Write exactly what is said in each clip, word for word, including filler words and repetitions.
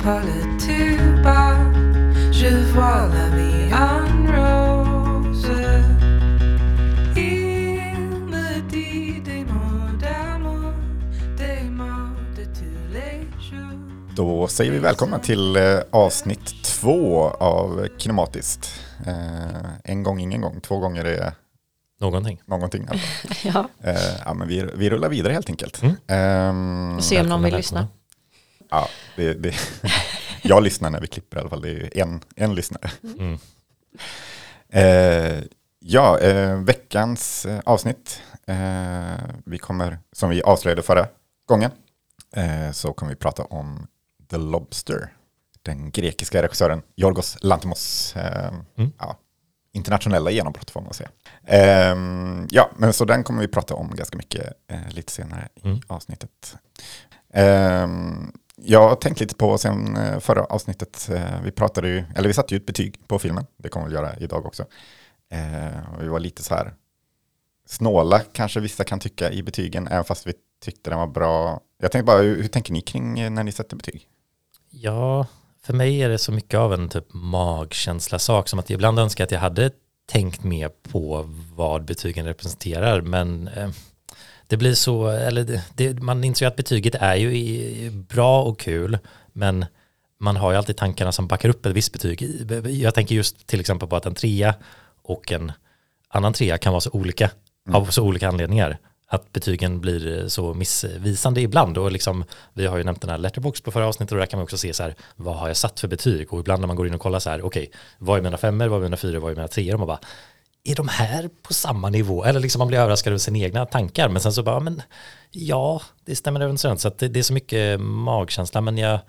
parle tout bas. Je vois la vie en rose. Il me dit des mots d'amour, des mots de tous les jours. Då säger vi välkomna till eh, avsnitt två av Kinematiskt. Eh, en gång, ingen gång. Två gånger är någonting. Någonting alltså. Ja. Eh, ja, men vi, vi rullar vidare helt enkelt. Mm. Eh, Och se om någon vill lyssna. Ja, det, det, jag lyssnar när vi klipper i alla fall. Det är en, en lyssnare. Mm. Eh, ja, eh, veckans eh, avsnitt. Eh, vi kommer, som vi avslöjade förra gången, eh, så kommer vi prata om The Lobster. Den grekiska regissören Yorgos Lanthimos eh, mm. ja, internationella genombrott får man säga. Eh, ja, men så den kommer vi prata om ganska mycket eh, lite senare i mm. avsnittet. Eh, jag har tänkt lite på sen eh, förra avsnittet. Eh, vi pratade ju, eller vi satte ju ett betyg på filmen. Det kommer vi göra idag också. Eh, och vi var lite så här snåla, kanske vissa kan tycka, i betygen, även fast vi tyckte den var bra. Jag tänkte bara, hur, hur tänker ni kring när ni sätter betyg? Ja, för mig är det så mycket av en typ magkänsla sak som att jag ibland önskar att jag hade tänkt mer på vad betygen representerar, men eh, det blir så, eller det, det, man inser ju att betyget är ju i, bra och kul, men man har ju alltid tankarna som backar upp ett visst betyg. Jag tänker just till exempel på att en trea och en annan trea kan vara så olika mm. av så olika anledningar. Att betygen blir så missvisande ibland. Och liksom, vi har ju nämnt den här Letterboxd på förra avsnittet, och där kan man också se så här, vad har jag satt för betyg? Och ibland när man går in och kollar så här, okej, okay, vad är mina femmer, vad är mina fyra, vad är mina treor? Och man bara, är de här på samma nivå? Eller liksom man blir överraskad över sina egna tankar. Men sen så bara, men ja, det stämmer överens. Så att det, det är så mycket magkänsla. Men jag,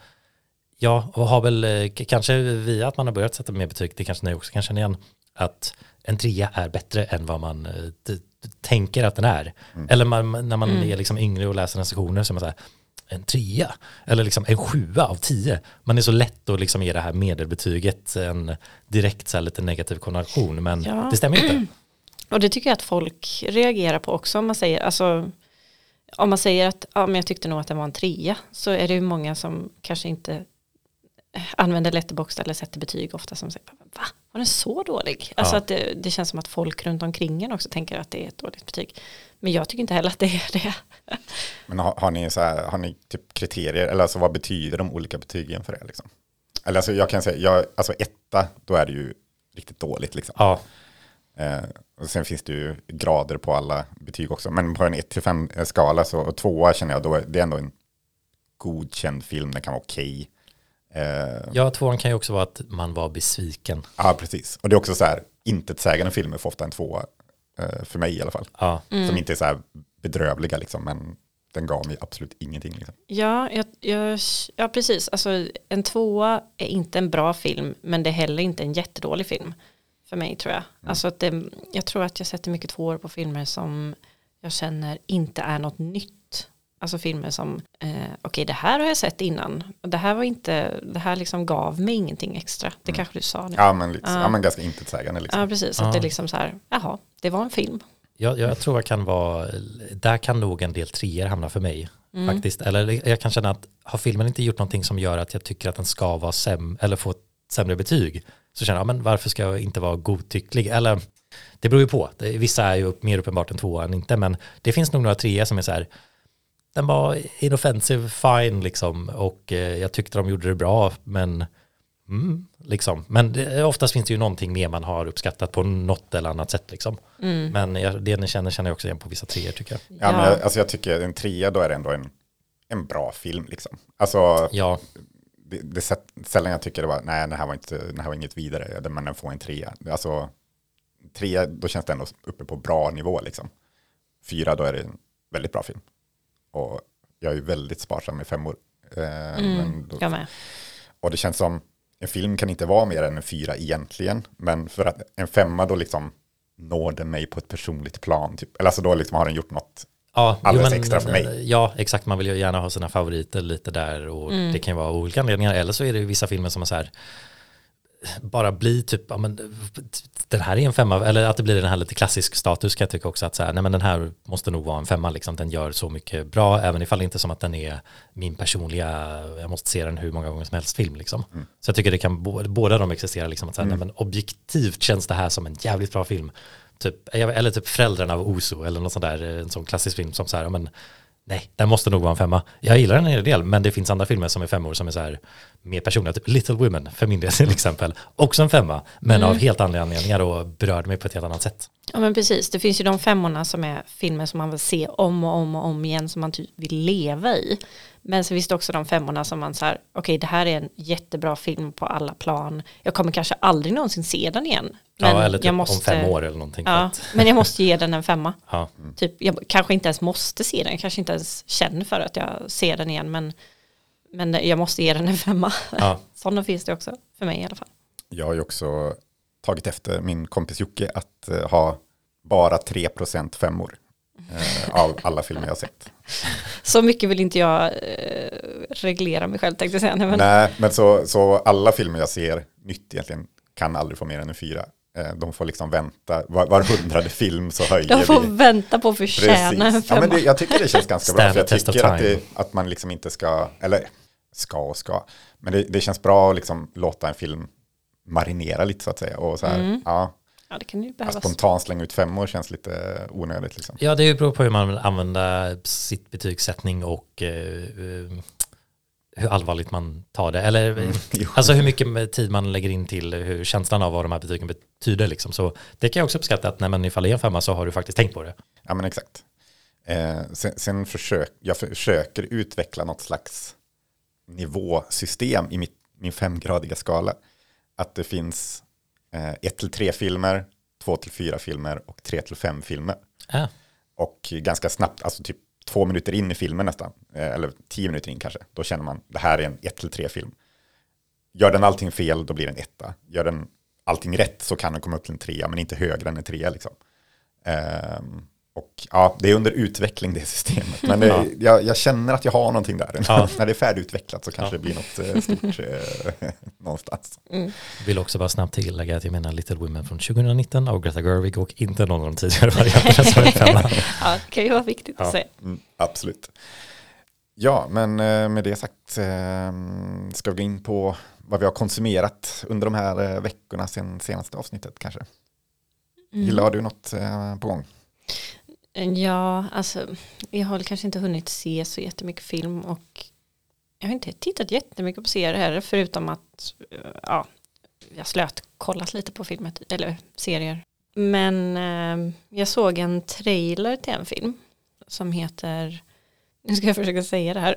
ja, och har väl kanske via att man har börjat sätta mer betyg, det kanske ni också kan känna igen, att en trea är bättre än vad man t- tänker att den är. Mm. Eller man, när man mm. är liksom yngre och läser recensioner så är man så här, en trea eller liksom en sjua av tio. Man är så lätt att liksom ge det här medelbetyget en direkt så här lite negativ konnotation, men ja. Det stämmer inte. Och det tycker jag att folk reagerar på också. Om man säger, alltså, om man säger att ja, men jag tyckte nog att den var en trea, så är det ju många som kanske inte använder Letterboxd eller sätter betyg ofta, som säger, va? Var den så dålig? Alltså ja. att det, det känns som att folk runt omkring en också tänker att det är ett dåligt betyg. Men jag tycker inte heller att det är det. Men har, har ni så här, har ni typ kriterier, eller alltså vad betyder de olika betygen för er liksom? Eller alltså jag kan säga, jag, alltså etta, då är det ju riktigt dåligt liksom. Ja. Eh, och sen finns det ju grader på alla betyg också. Men på en ett till fem skala så, och tvåa känner jag, då är det ändå en godkänd film, den kan vara okej. Okay. Uh, ja, tvåan kan ju också vara att man var besviken. Ja, precis. Och det är också så här, intetsägande filmer får ofta en tvåa, uh, för mig i alla fall. Ja. Mm. Som inte är så här bedrövliga liksom, men den gav mig absolut ingenting. Liksom. Ja, jag, jag, ja, precis. Alltså, en tvåa är inte en bra film, men det är heller inte en jättedålig film för mig, tror jag. Mm. Alltså att det, jag tror att jag sätter mycket tvåor på filmer som jag känner inte är något nytt. Alltså filmer som, eh, okej, okay, det här har jag sett innan. Och det här var inte, det här liksom gav mig ingenting extra. Det mm. kanske du sa nu. Ja, men, liksom, uh, ja, men ganska intetsägande. Liksom. Ja, precis. Uh. Att det är liksom så här, jaha, det var en film. Jag, jag tror jag kan vara, där kan nog en del treor hamna för mig. Mm. Faktiskt. Eller jag kan känna att har filmen inte gjort någonting som gör att jag tycker att den ska vara säm, eller få ett sämre betyg, så känner jag, men varför ska jag inte vara godtycklig? Eller, det beror ju på. Det, vissa är ju mer uppenbart än två än inte, men det finns nog några treor som är så här, den var inoffensive, fine liksom, och eh, jag tyckte de gjorde det bra, men mm, liksom, men det, oftast finns det ju någonting mer man har uppskattat på något eller annat sätt liksom. Mm. Men jag, det ni känner känner jag också igen på vissa treor, tycker jag. Ja, ja. Men jag, alltså jag tycker en trea, då är det ändå en, en bra film liksom. Alltså, ja. det, det sällan jag tycker det var, nej, det här var inte, det här var inget vidare, men den får en trea. Alltså, trea, då känns det ändå uppe på bra nivå liksom. Fyra, då är det en väldigt bra film. Och jag är ju väldigt sparsam med femmor. Eh, mm, men då, jag med. Och det känns som, en film kan inte vara mer än en fyra egentligen. Men för att en femma då liksom når den mig på ett personligt plan. Typ. Eller alltså då liksom har den gjort något ja, alldeles jo, men, extra för mig. Ja, exakt. Man vill ju gärna ha sina favoriter lite där. Och mm. det kan ju vara olika anledningar. Eller så är det vissa filmer som är så här, bara bli typ ja, men, den här är en femma, eller att det blir den här lite klassisk status kan jag tycka också, att så här, nej men den här måste nog vara en femma liksom, den gör så mycket bra, även ifall det inte är som att den är min personliga, jag måste se den hur många gånger som helst film liksom. Mm. Så jag tycker det kan, båda de existerar liksom, att så här, mm. nej, men objektivt känns det här som en jävligt bra film, typ, eller typ Föräldrarna av Ozo, eller något sånt där, en sån klassisk film som så här, men nej, den måste nog vara en femma. Jag gillar den en del, men det finns andra filmer som är femmor som är så här mer personliga, typ Little Women för min del till exempel. Också en femma, men mm. av helt andra anledningar och berörde mig på ett helt annat sätt. Ja men precis, det finns ju de femmorna som är filmer som man vill se om och om och om igen, som man typ vill leva i. Men så finns det också de femmorna som man så här, okej okay, det här är en jättebra film på alla plan. Jag kommer kanske aldrig någonsin se den igen. Men ja, eller typ jag måste, om fem år eller någonting. Ja, men jag måste ge den en femma. Ja. Mm. Typ, jag kanske inte ens måste se den, jag kanske inte ens känner för att jag ser den igen, men, men jag måste ge den en femma. Ja. Sådana finns det också, för mig i alla fall. Jag har ju också tagit efter min kompis Jocke att uh, ha bara tre procent femmor uh, av alla filmer jag har sett. Så mycket vill inte jag uh, reglera mig själv, tänkte jag säga. Men... Nej, men så, så alla filmer jag ser nytt egentligen kan aldrig få mer än en fyra. De får liksom vänta, var, var hundrade film så höjer vi. De får vi. vänta på att förtjäna en ja, men det, jag tycker det känns ganska bra, för jag test tycker att, det, att man liksom inte ska, eller ska och ska, men det, det känns bra att liksom låta en film marinera lite så att säga. Och så här, mm. ja, ja, det kan ju behövas. Spontant slänga ut femmor känns lite onödigt. Liksom. Ja, det beror på hur man använder sitt betygssättning och uh, hur allvarligt man tar det. Eller mm, alltså hur mycket tid man lägger in till hur känslan av vad de här betygen betyder. Liksom. Så det kan jag också uppskatta, att när man ifall det är en femma så har du faktiskt tänkt på det. Ja, men exakt. Eh, sen sen försök, jag försöker utveckla något slags nivåsystem i mitt, min femgradiga skala. Att det finns eh, ett till tre filmer, två till fyra filmer och tre till fem filmer. Ah. Och ganska snabbt, alltså typ två minuter in i filmen nästan, eller tio minuter in kanske, då känner man det här är en ett till tre film. Gör den allting fel, då blir den etta. Gör den allting rätt så kan den komma upp till en trea, men inte högre än en trea liksom. Um, och ja, det är under utveckling det systemet. Men det, ja. jag, jag känner att jag har någonting där. Ja. När det är färdigutvecklat så kanske ja. det blir något uh, stort uh, någonstans. Mm. Vill också bara snabbt tillägga att jag menar Little Women från tjugonitton av Greta Gerwig och inte någon av de tidigare varianterna som är femma. Ja, det kan ju vara viktigt ja. att säga. Mm, absolut. Ja, men uh, med det sagt uh, ska vi gå in på vad vi har konsumerat under de här uh, veckorna sen senaste avsnittet kanske. Mm. Gillar du något uh, på gång? Ja, alltså jag har kanske inte hunnit se så jättemycket film, och jag har inte tittat jättemycket på serier här, förutom att ja, jag slöt kollat lite på filmer eller serier. Men eh, jag såg en trailer till en film som heter, nu ska jag försöka säga det här,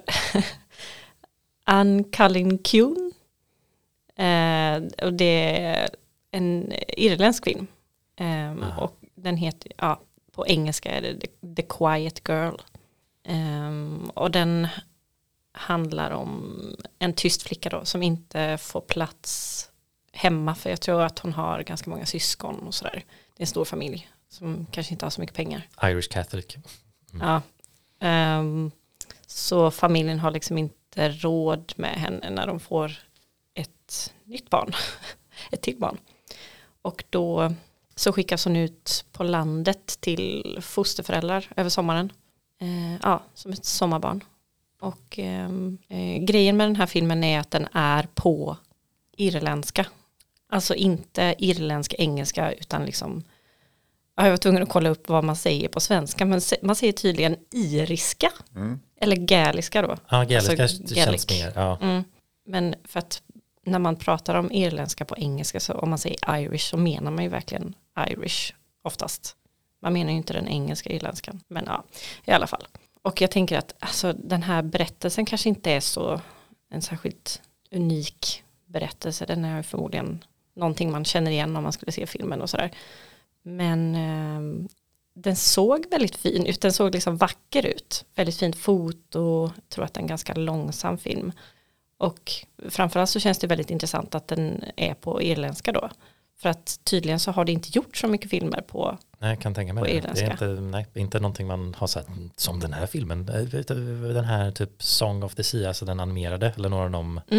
Unculling Kuhn. Eh, och det är en irländsk film. Eh, och den heter, ja, på engelska är det The Quiet Girl. Um, och den handlar om en tyst flicka då, som inte får plats hemma, för jag tror att hon har ganska många syskon och sådär. Det är en stor familj som kanske inte har så mycket pengar. Irish Catholic. Mm. Ja. Um, så familjen har liksom inte råd med henne när de får ett nytt barn. ett till barn. Och då så skickas hon ut på landet till fosterföräldrar över sommaren. Eh, ja, som ett sommarbarn. Och eh, grejen med den här filmen är att den är på irländska. Alltså inte irländska engelska, utan liksom, jag var tvungen att kolla upp vad man säger på svenska, men man säger tydligen iriska. Mm. Eller gäliska då. Ja, gäliska alltså, känns mer. Ja. Mm. Men för att när man pratar om irländska på engelska, så om man säger Irish så menar man ju verkligen Irish oftast. Man menar ju inte den engelska irländskan. Men ja, i alla fall. Och jag tänker att alltså, den här berättelsen kanske inte är så en särskilt unik berättelse. Den är förmodligen någonting man känner igen om man skulle se filmen och sådär. Men eh, den såg väldigt fin ut. Den såg liksom vacker ut. Väldigt fint foto. Jag tror att det är en ganska långsam film. Och framförallt så känns det väldigt intressant att den är på irländska då. För att tydligen så har det inte gjort så mycket filmer på Nej, jag kan tänka mig det. Det är inte, nej, inte någonting man har sett som den här filmen. Den här typ Song of the Sea, alltså den animerade, eller några av dem mm.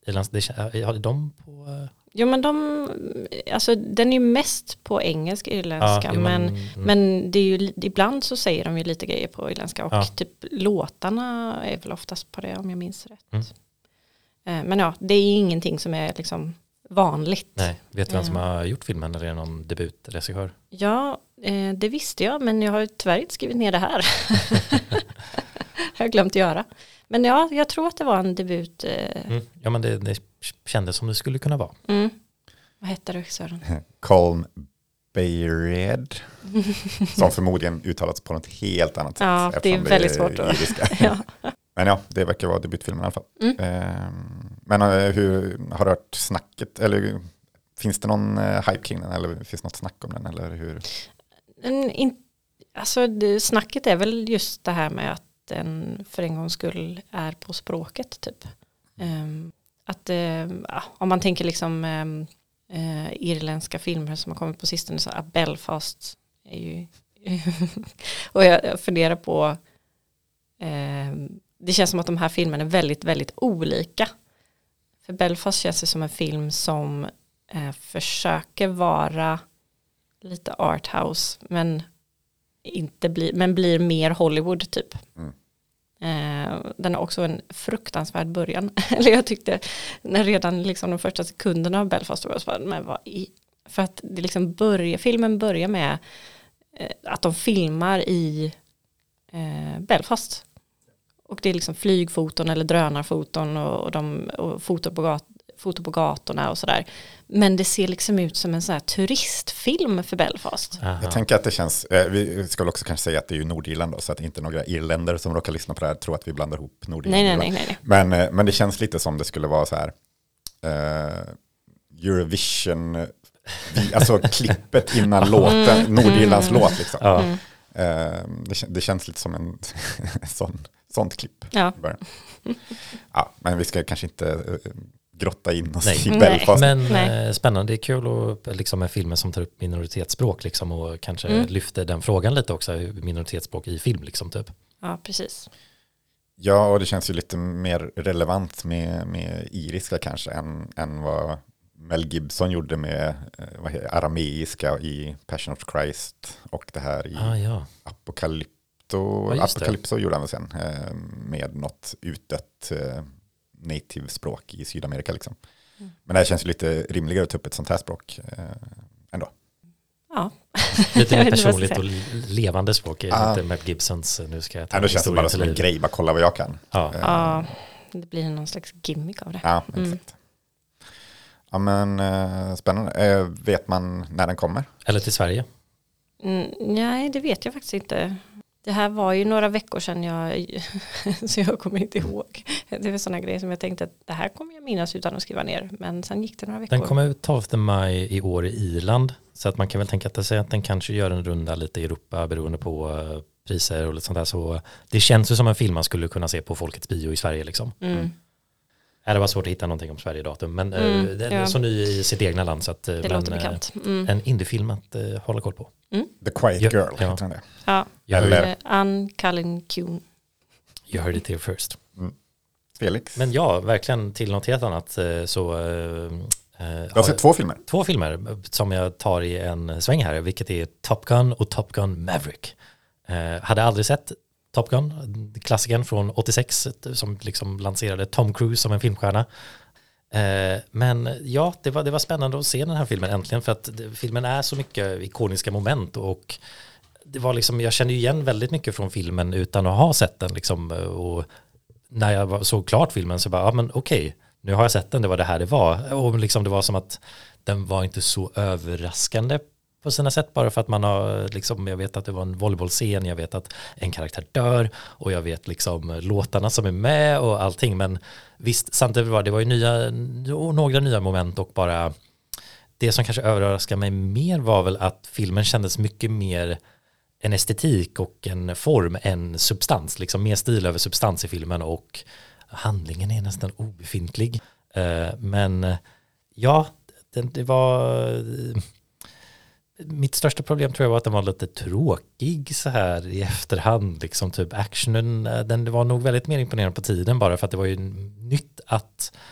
Det, hade de på... Jo men de, alltså den är ju mest på engelska, irländska, Ja, jo, men, men, mm. men det är ju, ibland så säger de ju lite grejer på irländska och Ja. typ låtarna är väl oftast på det om jag minns rätt. Mm. Eh, Men ja, det är ingenting som är liksom vanligt. Nej, vet du vem som Eh. har gjort filmen eller är det någon debutregissör? Ja, eh, det visste jag, men jag har tyvärr inte skrivit ner det här. Jag har glömt göra. Men ja, jag tror att det var en debut. Eh, Mm. Ja, men det, det kändes som det skulle kunna vara. mm. Vad hette regissören? Colm Bayred. Som förmodligen uttalats på något helt annat sätt. Ja, det är eftersom väldigt svårt att- iriska. Ja. Men ja, det verkar vara debutfilmen i alla fall. Mm. Ehm, Men eh, hur har du hört snacket? Eller finns det någon eh, hype kring den? Eller finns det något snack om den? Eller hur? En, in, alltså det, snacket är väl just det här med att den för en gångs skull är på språket typ. Um, att uh, ja, om man tänker liksom um, uh, irländska filmer som har kommit på sistone, så att Belfast är ju och jag, jag funderar på um, det känns som att de här filmerna är väldigt, väldigt olika. För Belfast känns det som en film som uh, försöker vara lite arthouse, men inte blir, men blir mer Hollywood typ. Mm. Eh, den har också en fruktansvärd början. Eller jag tyckte när redan liksom de första sekunderna av Belfast var så, men vad i, för att det liksom börjar, filmen börjar med eh, att de filmar i eh, Belfast. Och det är liksom flygfoton eller drönarfoton och, och, de, och foto på gat, foto på gatorna och sådär. Men det ser liksom ut som en sån här turistfilm för Belfast. Aha. Jag tänker att det känns, eh, vi ska väl också kanske säga att det är ju Nordirland då, så att inte några irländare som råkar lyssna på det här tror att vi blandar ihop Nordirland. Nej, nej, nej, nej. Men, eh, men det känns lite som det skulle vara så här eh, Eurovision, vi, alltså klippet innan låten, Nordirlands låt liksom. Ja. Mm. Eh, det, kän- det känns lite som en sån, sånt klipp. Ja. i början. Ja, men vi ska kanske inte eh, grotta in oss Nej. i Nej. Belfast. Men Nej. eh, spännande, det är kul och, liksom, med filmer som tar upp minoritetsspråk liksom, och kanske Mm. lyfter den frågan lite också, hur minoritetsspråk i film liksom, typ. Ja, precis. Ja, och det känns ju lite mer relevant med, med iriska kanske än, än vad Mel Gibson gjorde med eh, vad heter, arameiska i Passion of Christ och det här i Ah, ja. Apocalypto. Ja, just det. Apocalypso gjorde han väl sen eh, med något utdött eh, native språk i Sydamerika liksom. Mm. Men det här känns ju lite rimligare att ta upp ett sånt här språk eh, ändå. Ja. Lite Jag mer vet inte vad jag personligt ska och levande språk är Ah. inte Mel Gibsons, nu ska jag ta Ändå känns det historien bara till som en liv. grej, bara kolla vad jag kan. Ja. Eh, Ja, det blir någon slags gimmick av det. Ja, Mm. exakt. Ja, men eh, spännande. Eh, vet man när den kommer? Eller till Sverige. Mm, nej, det vet jag faktiskt inte. Det här var ju några veckor sedan jag, så jag kommer inte ihåg. Det var sådana grejer som jag tänkte att det här kommer jag minnas utan att skriva ner. Men sen gick det några veckor. Den kom ut tolfte maj i år i Irland, så att man kan väl tänka att, sig att den kanske gör en runda lite i Europa beroende på uh, priser och lite sånt där. Så det känns ju som en film man skulle kunna se på Folkets bio i Sverige liksom. Mm, Äh, det var svårt att hitta någonting om Sverige-datum, men uh, Mm, den är ja. så ny i sitt egna land så att uh, det men, låter uh, bekant. Mm. en indiefilm att uh, hålla koll på. The Quiet Ja, Girl, ja. heter den det? Ja, Jag Eller- hörde, eh, Ann Cullen Kuhn. you heard it here first. Felix? Men ja, verkligen till något helt annat uh, så uh, Jag har sett två filmer. två filmer som jag tar i en sväng här, vilket är Top Gun och Top Gun Maverick. Eh, hade aldrig sett Top Gun, klassikern från åttiosex som liksom lanserade Tom Cruise som en filmstjärna. Eh, men ja, det var, det var spännande att se den här filmen äntligen, för att det, filmen är så mycket ikoniska moment och det var liksom, jag kände ju igen väldigt mycket från filmen utan att ha sett den liksom, och när jag var, såg klart filmen så bara, ja men okej, nu har jag sett den, det var det här det var. Och liksom det var som att den var inte så överraskande på sina sätt, bara för att man har liksom, jag vet att det var en volleybollscen, jag vet att en karaktär dör och jag vet liksom låtarna som är med och allting, men visst, samtidigt var det var ju nya, några nya moment och bara det som kanske överraskade mig mer var väl att filmen kändes mycket mer en estetik och en form än substans, liksom mer stil över substans i filmen och handlingen är nästan obefintlig. Uh, men ja, det, det var uh, mitt största problem tror jag var att den var lite tråkig så här i efterhand, liksom typ actionen, uh, den var nog väldigt mer imponerande på tiden bara för att det var ju nytt att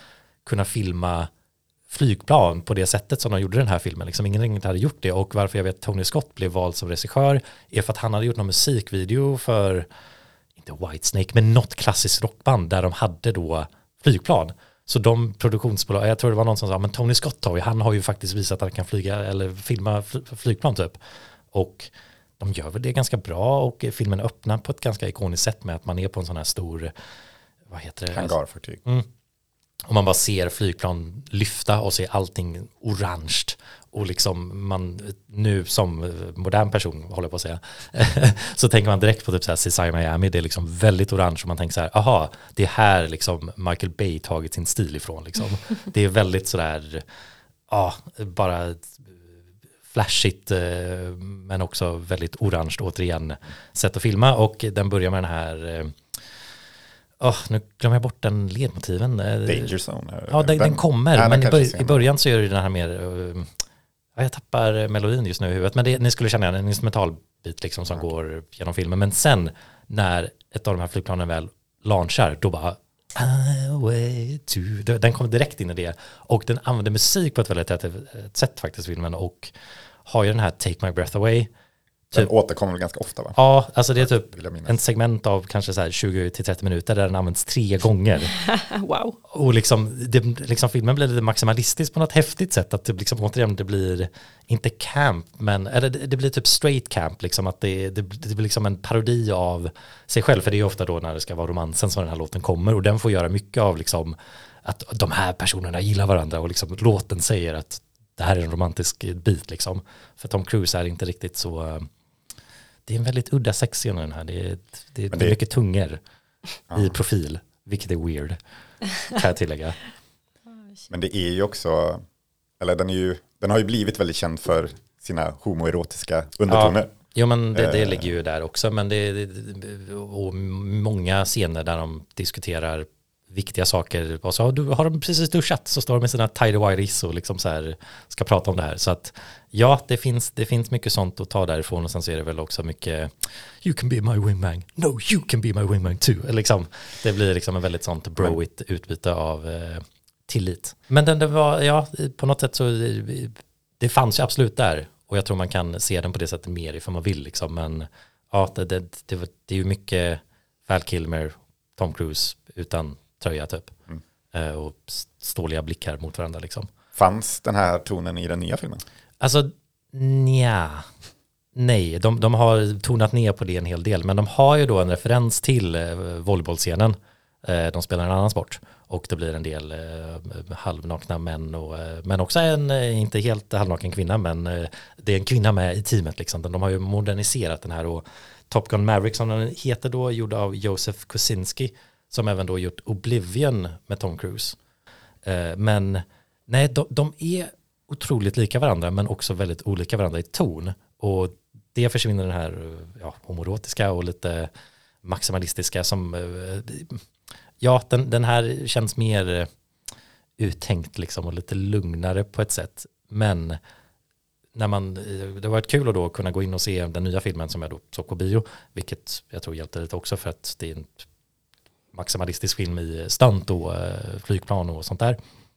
kunna filma flygplan på det sättet som de gjorde den här filmen. Liksom ingen riktigt hade gjort det, och varför jag vet att Tony Scott blev vald som regissör är för att han hade gjort någon musikvideo för, inte Whitesnake, men något klassiskt rockband där de hade då flygplan. Så de produktionsbolag, jag tror det var någon som sa, men Tony Scott har ju, han har ju faktiskt visat att han kan flyga eller filma flygplan typ. Och de gör väl det ganska bra, och filmen öppnar på ett ganska ikoniskt sätt med att man är på en sån här stor, vad heter det? Hangarfartyg. Mm. Och man bara ser flygplan lyfta och ser allting orange. Och liksom man, nu som modern person, håller på att säga, så tänker man direkt på typ så här C S I Miami, det är liksom väldigt orange, och man tänker så här, aha, det är här liksom Michael Bay tagit sin stil ifrån liksom. Det är väldigt sådär, ja, bara flashigt, men också väldigt orange återigen sätt att filma, och den börjar med den här, oh, nu glömmer jag bort den ledmotiven. Danger Zone. Ja, den, den kommer, ja, men i, bör, i början så är det den här mer, uh, jag tappar melodin just nu i huvudet, men det, ni skulle känna en instrumentalbit liksom som okay. går genom filmen, men sen när ett av de här flygplanen väl launchar, då bara Highway to, den kommer direkt in i det, och den använder musik på ett väldigt ett, ett sätt faktiskt, filmen, och har ju den här Take My Breath Away. Den typ, återkommer väl ganska ofta, va? Ja, alltså det är typ en segment av kanske så här tjugo till trettio minuter där den används tre gånger. Wow. Och liksom, det, liksom filmen blir lite maximalistisk på något häftigt sätt, att det liksom återigen det blir inte camp, men eller det, det blir typ straight camp, liksom att det, det, det blir liksom en parodi av sig själv, för det är ju ofta då när det ska vara romansen som den här låten kommer, och den får göra mycket av liksom att de här personerna gillar varandra, och liksom låten säger att det här är en romantisk bit liksom. För Tom Cruise är inte riktigt så, det är en väldigt udda sexscen i den här, det är, det är, det är mycket tungor ja. i profil, vilket är weird, kan jag tillägga. Men det är ju också, eller den, är ju, den har ju blivit väldigt känd för sina homoerotiska undertoner. Ja, jo, men det, det ligger ju där också, men det, det och många scener där de diskuterar viktiga saker, och så du har de precis duschat, så står de med sina tidy whities och liksom så här ska prata om det här, så att ja, det finns, det finns mycket sånt att ta därifrån, och sen så är det väl också mycket you can be my wingman, no you can be my wingman too, liksom, det blir liksom en väldigt sånt broigt utbyte av eh, tillit, men den, det var, ja, på något sätt så det fanns ju absolut där, och jag tror man kan se den på det sättet mer ifall man vill liksom, men ja, det, det, det, det är ju mycket Val Kilmer, Tom Cruise utan tröja typ. Mm. Och ståliga blickar mot varandra liksom. Fanns den här tonen i den nya filmen? Alltså, nja. Nej, de, de har tonat ner på det en hel del, men de har ju då en referens till eh, volleybollscenen. Eh, de spelar en annan sport, och det blir en del eh, halvnakna män, och, eh, men också en, eh, inte helt halvnaken kvinna, men eh, det är en kvinna med i teamet liksom. De har ju moderniserat den här, och Top Gun Maverick som den heter då, gjord av Joseph Kosinski, som även då gjort Oblivion med Tom Cruise. Eh, men nej, de, de är otroligt lika varandra, men också väldigt olika varandra i ton. Och det försvinner den här ja, homoerotiska och lite maximalistiska som, eh, ja, den, den här känns mer uttänkt liksom, och lite lugnare på ett sätt. Men när man, det har varit kul att då kunna gå in och se den nya filmen som jag då såg på bio, vilket jag tror hjälpte lite också, för att det är en maximalistisk film i stunt och flygplan och sånt där.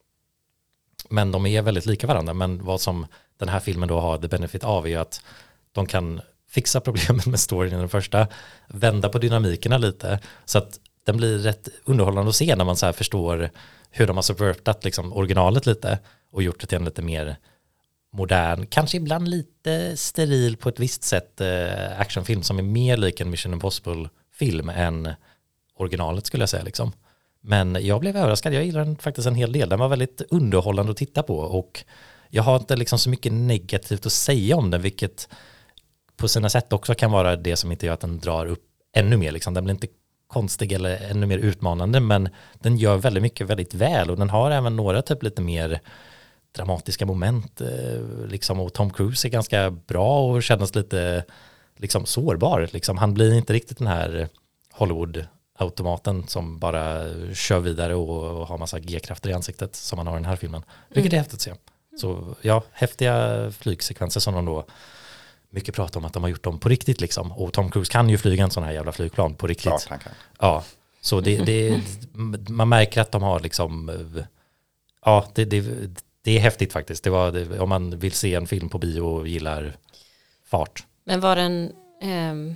Men de är väldigt lika varandra, men vad som den här filmen då har the benefit av är att de kan fixa problemen med storyn i den första, vända på dynamikerna lite, så att den blir rätt underhållande att se när man så här förstår hur de har subvertat liksom originalet lite och gjort det till en lite mer modern, kanske ibland lite steril på ett visst sätt eh, actionfilm som är mer lik en Mission Impossible-film än originalet skulle jag säga liksom. Men jag blev överraskad, jag gillar den faktiskt en hel del. Den var väldigt underhållande att titta på, och jag har inte liksom så mycket negativt att säga om den, vilket på sina sätt också kan vara det som inte gör att den drar upp ännu mer liksom. Den blir inte konstig eller ännu mer utmanande, men den gör väldigt mycket väldigt väl, och den har även några typ lite mer dramatiska moment liksom, och Tom Cruise är ganska bra och känns lite liksom sårbar liksom. Han blir inte riktigt den här Hollywood-automaten som bara kör vidare och har massa G-krafter i ansiktet som man har i den här filmen, vilket mm. är häftigt att se. Så ja, häftiga flygsekvenser som de då mycket pratar om att de har gjort dem på riktigt liksom, och Tom Cruise kan ju flyga en sån här jävla flygplan på riktigt. Klart han kan. Ja, så det, det, man märker att de har liksom ja, det, det, det är häftigt faktiskt. Det var, det, om man vill se en film på bio och gillar fart. Men var den eh,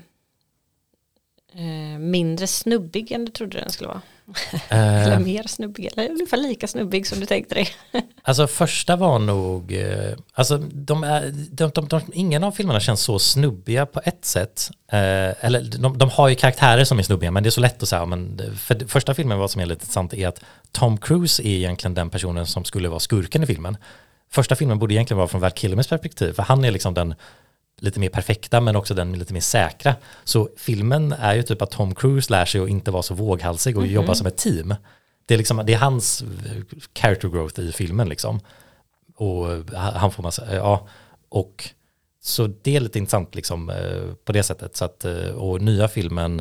eh, mindre snubbig än du trodde den skulle vara? Eh, Eller mer snubbig, eller ungefär lika snubbig som du tänkte dig. Alltså första var nog, eh, alltså de är, de, de, de, ingen av filmerna känns så snubbiga på ett sätt. Eh, eller de, de har ju karaktärer som är snubbiga, men det är så lätt att säga. Men för första filmen, vad som är lite intressant är att Tom Cruise är egentligen den personen som skulle vara skurken i filmen. Första filmen borde egentligen vara från Val Kilmers perspektiv, för han är liksom den lite mer perfekta men också den lite mer säkra. Så filmen är ju typ att Tom Cruise lär sig att inte vara så våghalsig och mm-hmm. jobba som ett team. Det är, liksom, det är hans character growth i filmen liksom. Och han får massa, ja. Och så det är lite intressant liksom på det sättet. Så att, och nya filmen,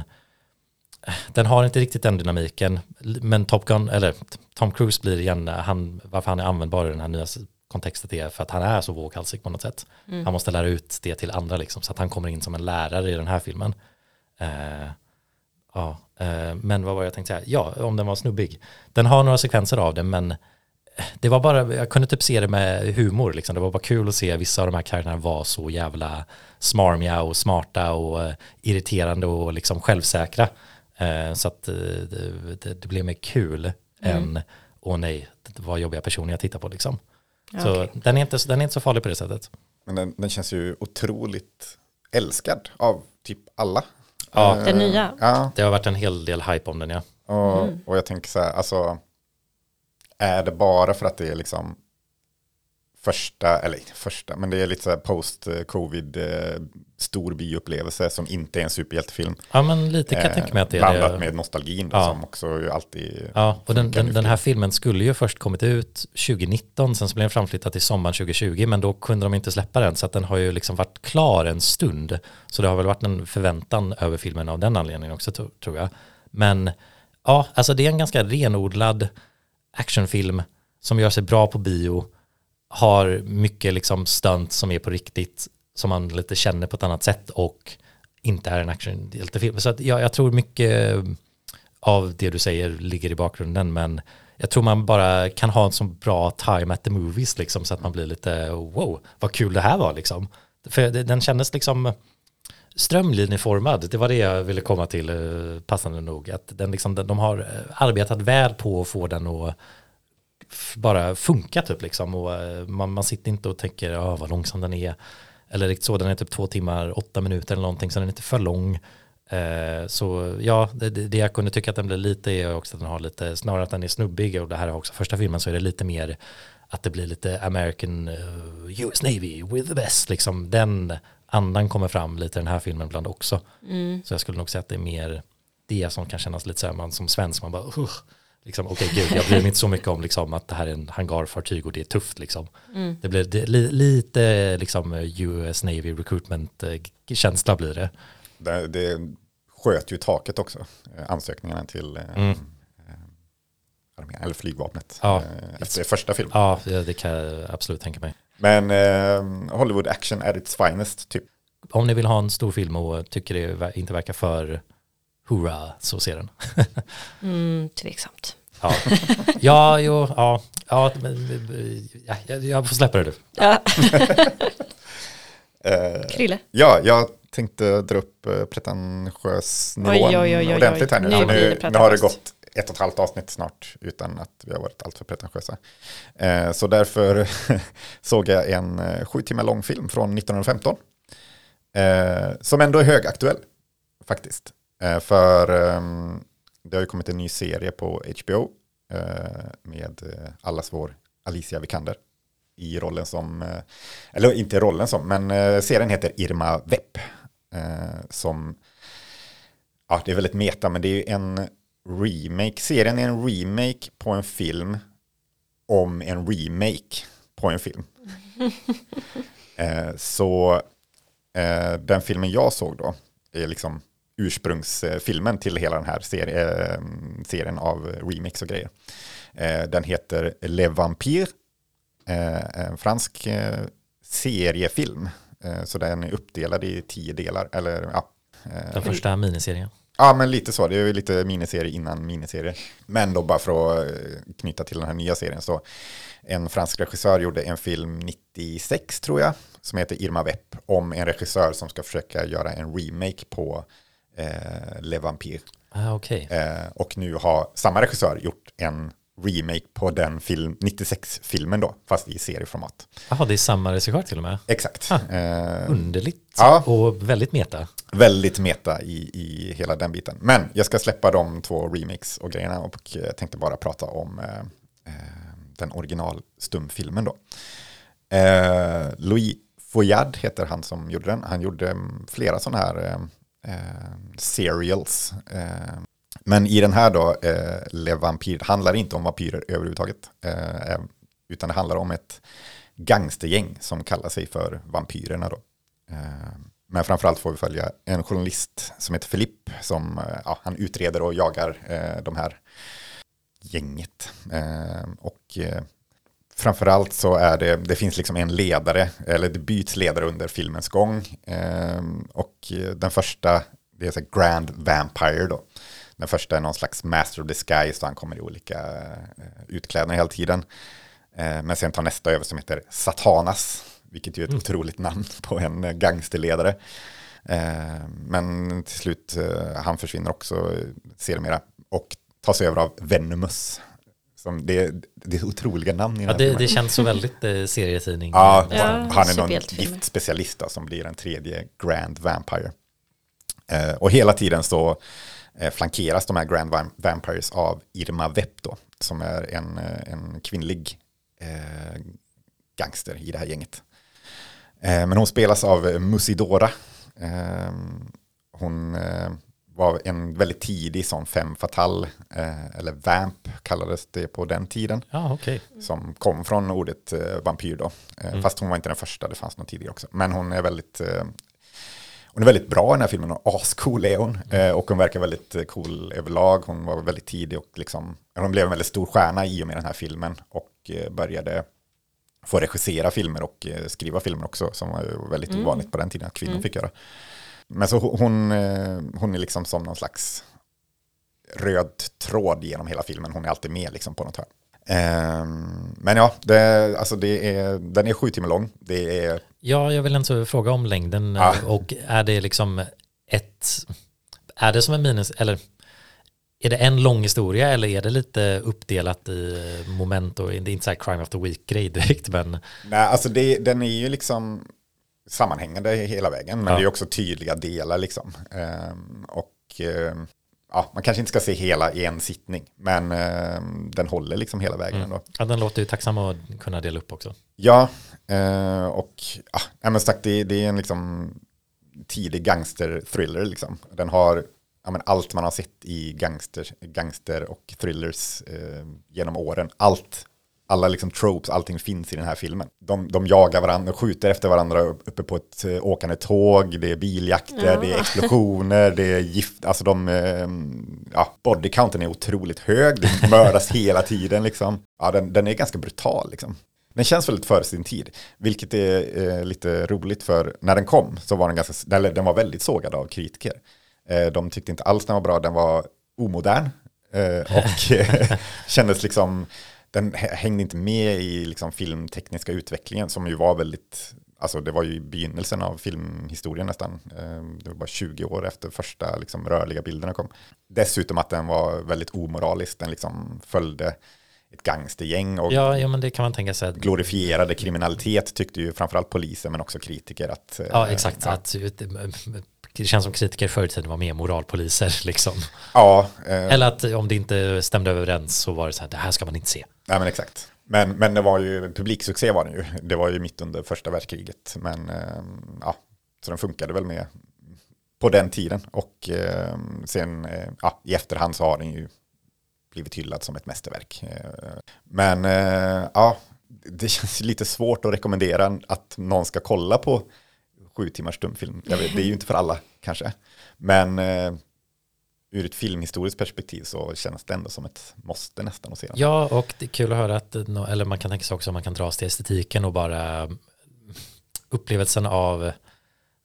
den har inte riktigt den dynamiken. Men Top Gun, eller Tom Cruise blir igen, han, varför han är användbar i den här nya kontextet är för att han är så våghalsig på något sätt. Mm. Han måste lära ut det till andra liksom, så att han kommer in som en lärare i den här filmen. Uh, ja, uh, men vad var jag tänkte säga? Ja, om den var snubbig. Den har några sekvenser av det, men det var bara, jag kunde typ se det med humor liksom. Det var bara kul att se vissa av de här karaktärerna var så jävla smarmiga och smarta och uh, irriterande och liksom självsäkra. Uh, så att uh, det, det, det blev mer kul mm. än, åh nej, det var jobbiga personer jag tittar på liksom. Så okay. den, är inte, den är inte så farlig på det sättet. Men den, den känns ju otroligt älskad av typ alla. Ja, den nya. Ja. Det har varit en hel del hype om den, ja. Och, mm. och jag tänker så här, alltså är det bara för att det är liksom första, eller första, men det är lite så här post-covid eh, stor bioupplevelse som inte är en superhjältefilm. Ja, men lite kan jag eh, tänka mig att det är blandat det. med nostalgin då, ja. som också ju alltid. Ja, och den, den, den här filmen skulle ju först kommit ut tjugo nitton, sen så blev den framflyttad till sommaren tjugo tjugo, men då kunde de inte släppa den, så att den har ju liksom varit klar en stund. Så det har väl varit en förväntan över filmen av den anledningen också, tror jag. Men ja, alltså det är en ganska renodlad actionfilm som gör sig bra på bio, har mycket liksom stunt som är på riktigt, som man lite känner på ett annat sätt och inte är en actionhjältefilm. Så att jag, jag tror mycket av det du säger ligger i bakgrunden, men jag tror man bara kan ha en så bra time at the movies liksom, så att man blir lite wow, vad kul det här var liksom. För den kändes liksom strömlinjeformad, det var det jag ville komma till, passande nog, att den liksom, de har arbetat väl på att få den att bara funka typ liksom, och man, man sitter inte och tänker oh, vad långsam den är, eller riktigt så, den är typ två timmar, åtta minuter eller någonting, så den är inte för lång. Eh, så ja, det, det jag kunde tycka att den blir lite är också att den har lite, snarare att den är snubbig, och det här är också första filmen, så är det lite mer att det blir lite American uh, U S Navy with the best, liksom den andan kommer fram lite i den här filmen bland också. Mm. Så jag skulle nog säga att det är mer det som kan kännas lite så här, man som svensk, man bara uh, liksom, okej okay, gud, jag bryr mig inte så mycket om liksom, att det här är en hangarfartyg och det är tufft liksom. Mm. Det blir det, li, lite liksom U S Navy recruitment-känsla blir det. Det, det sköt ju taket också, ansökningarna till mm. eh, eller flygvapnet ja. eh, efter första filmen. Ja, det kan jag absolut tänka mig. Men eh, Hollywood action at its finest typ. Om ni vill ha en stor film och tycker det inte verkar för hurra, så ser den. mm, tveksamt. Ja, ja, jo, ja, ja, men, ja, jag får släppa det nu. Ja. eh, Krille. Ja, jag tänkte dra upp eh, pretentiös-nivån oj, oj, oj, oj, ordentligt här nu. nu, nu, nu, nu har det gått ett och ett halvt avsnitt snart utan att vi har varit allt för pretentiösa. Eh, så därför såg jag en eh, sju timmar lång film från nittonhundrafemton eh, som ändå är högaktuell faktiskt. Eh, för eh, det har ju kommit en ny serie på H B O eh, med eh, allas vår Alicia Vikander i rollen som, eh, eller inte rollen som, men eh, serien heter Irma Vep eh, som, ja det är väldigt meta, men det är ju en remake, serien är en remake på en film om en remake på en film. eh, så eh, den filmen jag såg då är liksom ursprungsfilmen till hela den här serie, serien av remakes och grejer. Eh, den heter Le Vampire, eh, en fransk eh, seriefilm. Eh, så den är uppdelad i tio delar. Eller, ja, eh, den första miniserien. Ja, men lite så. Det är ju lite miniserie innan miniserie. Men då bara för att knyta till den här nya serien så en fransk regissör gjorde en film nittiosex tror jag som heter Irma Vep om en regissör som ska försöka göra en remake på eh, Le Vampire. Ah, okay. eh, och nu har samma regissör gjort en remake på den film, nittiosex-filmen då, fast i serieformat. Jaha, det är samma regissör till och med. Exakt. Ah, eh, underligt ja. Och väldigt meta. Väldigt meta i, i hela den biten. Men jag ska släppa de två remakes och grejerna och tänkte bara prata om eh, den original stumfilmen då. Eh, Louis Foyad heter han som gjorde den. Han gjorde flera sådana här eh, serials. Eh, men i den här då, eh, Le Vampire, handlar inte om vampyrer överhuvudtaget. Eh, utan det handlar om ett gangstergäng som kallar sig för vampyrerna då. Eh, men framförallt får vi följa en journalist som heter Philippe som eh, ja, han utreder och jagar eh, de här gänget. Eh, och eh, framförallt så är det, det finns liksom en ledare, eller det byts ledare under filmens gång. Eh, och den första, det är så Grand Vampire då. Den första är någon slags Master of Disguise och han kommer i olika eh, utklädnader hela tiden. Eh, men sen tar nästa över som heter Satanas, vilket ju är ett mm. otroligt namn på en gangsterledare. Eh, men till slut, eh, han försvinner också sedermera och tas över av Venomous. Som det, det är otroliga namn i ja, det, det känns så väldigt eh, serietidning. Ja, ja, han är någon giftspecialist då, som blir en tredje Grand Vampire. Eh, och hela tiden så eh, flankeras de här Grand Vampires av Irma Vep då, som är en, en kvinnlig eh, gangster i det här gänget. Eh, men hon spelas av Musidora. Eh, hon... Eh, var en väldigt tidig sån femme fatale, eh, eller vamp kallades det på den tiden. Ja, okay. Som kom från ordet eh, vampyr då. Eh, mm. Fast hon var inte den första, det fanns någon tidigare också. Men hon är väldigt eh, hon är väldigt bra i den här filmen och ascool är hon. Eh, och hon verkar väldigt cool överlag. Hon var väldigt tidig och liksom, hon blev en väldigt stor stjärna i och med den här filmen och eh, började få regissera filmer och eh, skriva filmer också, som var väldigt mm. ovanligt på den tiden att kvinnor mm. fick göra. Men så hon, hon är liksom som någon slags röd tråd genom hela filmen. Hon är alltid med liksom på något här. Men ja, det, alltså det är, den är sju timmar lång. Det är... Ja, jag vill inte fråga om längden. Ja. Och är det liksom ett... Är det som en minus... Eller är det en lång historia eller är det lite uppdelat i moment? Och det är inte så här crime of the week-grej direkt, men... Nej, alltså det, den är ju liksom... sammanhängande hela vägen, men ja. Det är också tydliga delar liksom. Um, och um, ja, man kanske inte ska se hela i en sittning, men um, den håller liksom hela vägen mm. ändå. Ja, den låter ju tacksam att kunna dela upp också. Ja, uh, och ja, men sagt, det, det är en liksom tidig gangster-thriller liksom. Den har ja, men allt man har sett i gangster, gangster och thrillers uh, genom åren. Allt Alla liksom tropes, allting finns i den här filmen. De, de jagar varandra och skjuter efter varandra uppe på ett uh, åkande tåg. Det är biljakter, ja. Det är explosioner, det är gift. Alltså de, uh, ja, bodycounten är otroligt hög. Det mördas hela tiden liksom. Ja, den, den är ganska brutal liksom. Den känns väldigt före sin tid. Vilket är uh, lite roligt för när den kom så var den ganska, den var väldigt sågad av kritiker. Uh, de tyckte inte alls den var bra, den var omodern. Uh, och uh, kändes liksom... Den hängde inte med i liksom filmtekniska utvecklingen som ju var väldigt, alltså det var ju i begynnelsen av filmhistorien nästan. Det var bara tjugo år efter första liksom rörliga bilderna kom. Dessutom att den var väldigt omoralisk, den liksom följde ett gangstergäng och ja, ja, men det kan man tänka sig att... glorifierade kriminalitet tyckte ju framförallt polisen men också kritiker att... Ja, exakt. Ja. Att, det känns som kritiker förr i tiden var mer moralpoliser liksom. Ja. Eh, Eller att om det inte stämde överens så var det så här, det här ska man inte se. Nej, men exakt. Men, men det var ju, publiksuccé var det ju. Det var ju mitt under första världskriget. Men eh, ja, så den funkade väl med på den tiden. Och eh, sen eh, ja, i efterhand så har den ju blivit hyllad som ett mästerverk. Eh, men eh, ja, det känns lite svårt att rekommendera att någon ska kolla på sju timmars stumfilm. Jag vet, det är ju inte för alla kanske. Men eh, ur ett filmhistoriskt perspektiv så känns det ändå som ett måste nästan att se den. Ja, och det är kul att höra att, eller man kan tänka sig också att man kan dras till estetiken och bara upplevelsen av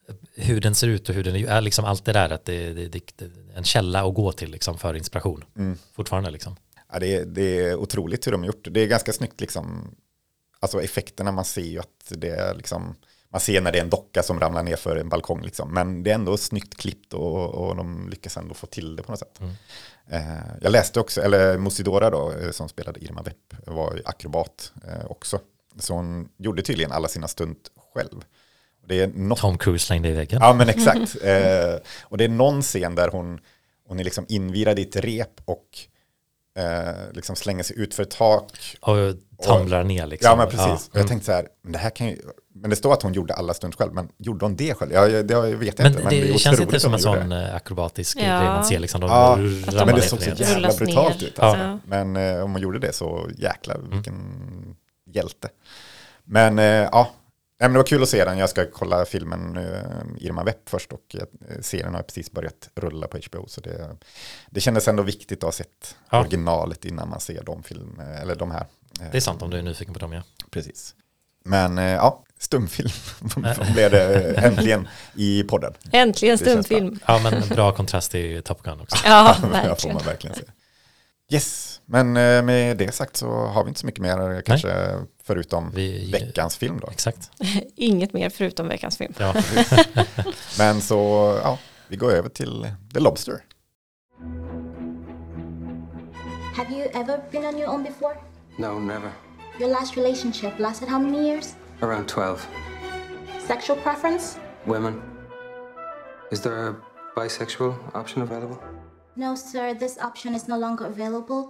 hur den ser ut och hur den är liksom allt det där att det, det, det, det är en källa att gå till liksom för inspiration Mm. fortfarande liksom. Ja, det, är, det är otroligt hur de har gjort det. Det är ganska snyggt liksom, alltså effekterna, man ser ju att det är liksom, man ser när det är en docka som ramlar ner för en balkong liksom, men det är ändå snyggt klippt och, och de lyckas ändå få till det på något sätt. Mm. Eh, jag läste också, eller Musidora då, som spelade Irma Vep, var ju akrobat eh, också. Så hon gjorde tydligen alla sina stunt själv. Det är något... Tom Cruise slängde i väggen. Ja, men exakt. eh, och det är någon scen där hon, hon är liksom invirad i ett rep och eh, liksom slänger sig ut för ett tak. Och tumlar ner liksom. Ja, men precis. Ja. Och jag tänkte så här, men det här kan ju... Men det står att hon gjorde alla stunt själv, men gjorde hon det själv? Ja, det vet jag Men inte. Men det, det är känns otroligt inte som om en hon gjorde sån det. eh, akrobatisk Ja. grej man ser liksom. De Ja, ramlar men det ner såg för så det. jävla Rullas brutalt ner. ut. Alltså. Ja. Men eh, om man gjorde det så jäkla vilken hjälte. Men eh, ja, Nej, men det var kul att se den. Jag ska kolla filmen uh, Irma Vep först och uh, serien har precis börjat rulla på H B O. Så det, det kändes ändå viktigt att ha sett Ja. originalet innan man ser de film, eller de här. Uh, Det är sant om du är nyfiken på dem, ja. Precis. Men uh, ja, stumfilm blev det uh, äntligen i podden. Äntligen Det känns stumfilm. Ja, men bra kontrast till Top Gun också. Ja, Det får verkligen. man verkligen se. Yes, men uh, med det sagt så har vi inte så mycket mer kanske förutom Vi- veckans film då. Exakt. Inget mer förutom veckans film. Ja. Men så, ja, vi går över till The Lobster. Have you ever been on your own before? No, never. Your last relationship lasted how many years? Around twelve. Sexual preference? Women. Is there a bisexual option available? No, sir, this option is no longer available.